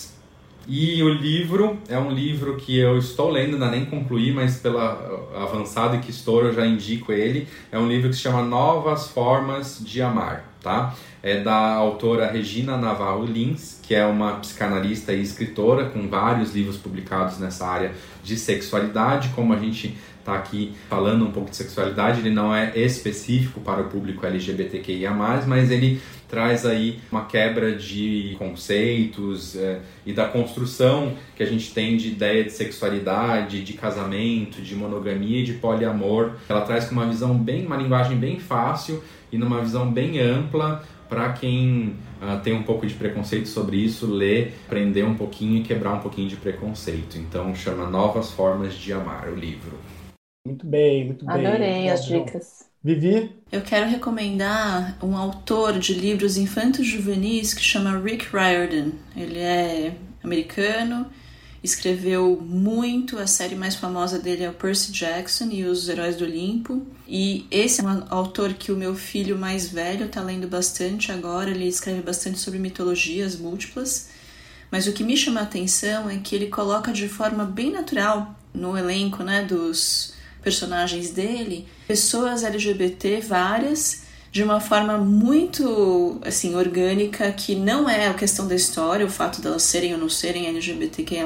E o livro é um livro que eu estou lendo, ainda nem concluí, mas pela avançado e que estouro eu já indico ele. É um livro que se chama Novas Formas de Amar, tá? É da autora Regina Navarro Lins, que é uma psicanalista e escritora com vários livros publicados nessa área de sexualidade. Como a gente está aqui falando um pouco de sexualidade, ele não é específico para o público LGBTQIA+, mas ele traz aí uma quebra de conceitos e da construção que a gente tem de ideia de sexualidade, de casamento, de monogamia e de poliamor. Ela traz com uma linguagem bem fácil e numa visão bem ampla para quem tem um pouco de preconceito sobre isso, ler, aprender um pouquinho e quebrar um pouquinho de preconceito. Então chama Novas Formas de Amar, o livro.
Muito bem, muito bem.
Adorei as dicas.
Vivi?
Eu quero recomendar um autor de livros infantos juvenis que chama Rick Riordan. Ele é americano, escreveu muito, a série mais famosa dele é o Percy Jackson e os Heróis do Olimpo. E esse é um autor que o meu filho mais velho está lendo bastante agora, ele escreve bastante sobre mitologias múltiplas. Mas o que me chama a atenção é que ele coloca de forma bem natural no elenco, né, dos personagens dele, pessoas LGBT várias, de uma forma muito assim, orgânica, que não é a questão da história, o fato delas serem ou não serem LGBTQIA+,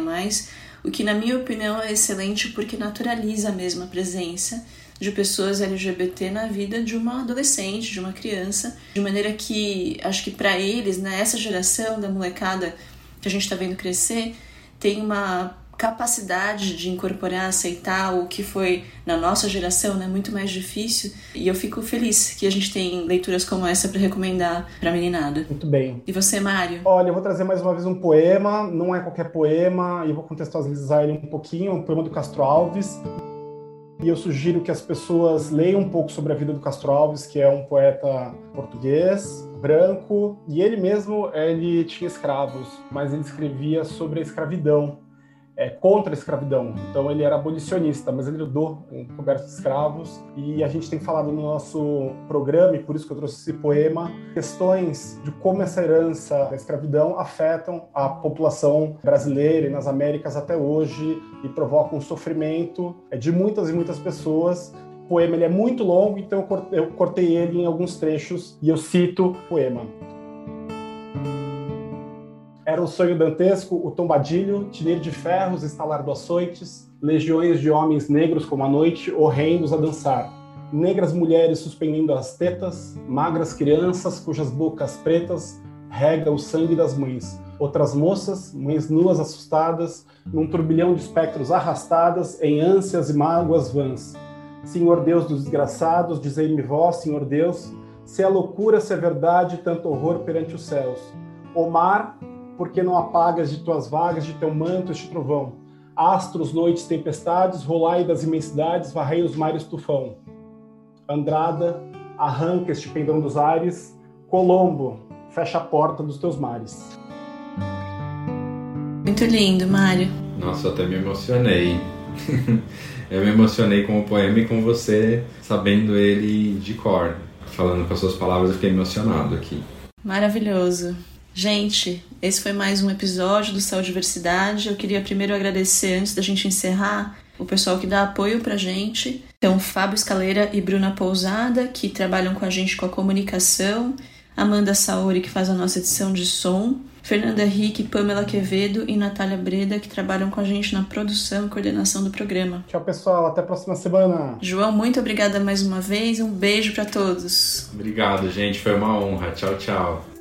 o que na minha opinião é excelente porque naturaliza mesmo a presença de pessoas LGBT na vida de uma adolescente, de uma criança, de maneira que acho que para eles, né, essa geração da molecada que a gente está vendo crescer, tem uma capacidade de incorporar, aceitar o que foi na nossa geração, né, muito mais difícil, e eu fico feliz que a gente tem leituras como essa para recomendar para a meninada.
Muito bem.
E você, Mário?
Olha, eu vou trazer mais uma vez um poema, não é qualquer poema, e eu vou contextualizar ele um pouquinho, é um poema do Castro Alves, e eu sugiro que as pessoas leiam um pouco sobre a vida do Castro Alves, que é um poeta português, branco, e ele mesmo, ele tinha escravos, mas ele escrevia sobre a escravidão, contra a escravidão. Então ele era abolicionista, mas ele lutou com o comércio de escravos. E a gente tem falado no nosso programa, e por isso que eu trouxe esse poema, questões de como essa herança da escravidão afetam a população brasileira e nas Américas até hoje e provocam um sofrimento de muitas e muitas pessoas poema ele é muito longo, então eu cortei ele em alguns trechos e eu cito o poema. Era um sonho dantesco, o tombadilho, tinir de ferros, estalar do açoites, legiões de homens negros como a noite, horrendos a dançar. Negras mulheres suspendendo as tetas, magras crianças cujas bocas pretas rega o sangue das mães. Outras moças, mães nuas assustadas, num turbilhão de espectros arrastadas em ânsias e mágoas vãs. Senhor Deus dos desgraçados, dizei-me vós, Senhor Deus, se é loucura, se é verdade, tanto horror perante os céus. O mar, porque não apagas de tuas vagas, de teu manto este trovão? Astros, noites, tempestades, rolai das imensidades, varrei os mares tufão. Andrada, arranca este pendão dos ares, Colombo, fecha a porta dos teus mares.
Muito lindo, Mário.
Nossa, eu até me emocionei. Eu me emocionei com o poema e com você sabendo ele de cor. Falando com as suas palavras, eu fiquei emocionado aqui.
Maravilhoso. Gente, esse foi mais um episódio do Saúde e Diversidade. Eu queria primeiro agradecer, antes da gente encerrar, o pessoal que dá apoio pra gente. Então, Fábio Scalera e Bruna Pousada, que trabalham com a gente com a comunicação. Amanda Saori, que faz a nossa edição de som. Fernanda Henrique, Pamela Quevedo e Natália Breda, que trabalham com a gente na produção e coordenação do programa.
Tchau, pessoal. Até a próxima semana.
João, muito obrigada mais uma vez. Um beijo pra todos.
Obrigado, gente. Foi uma honra. Tchau, tchau.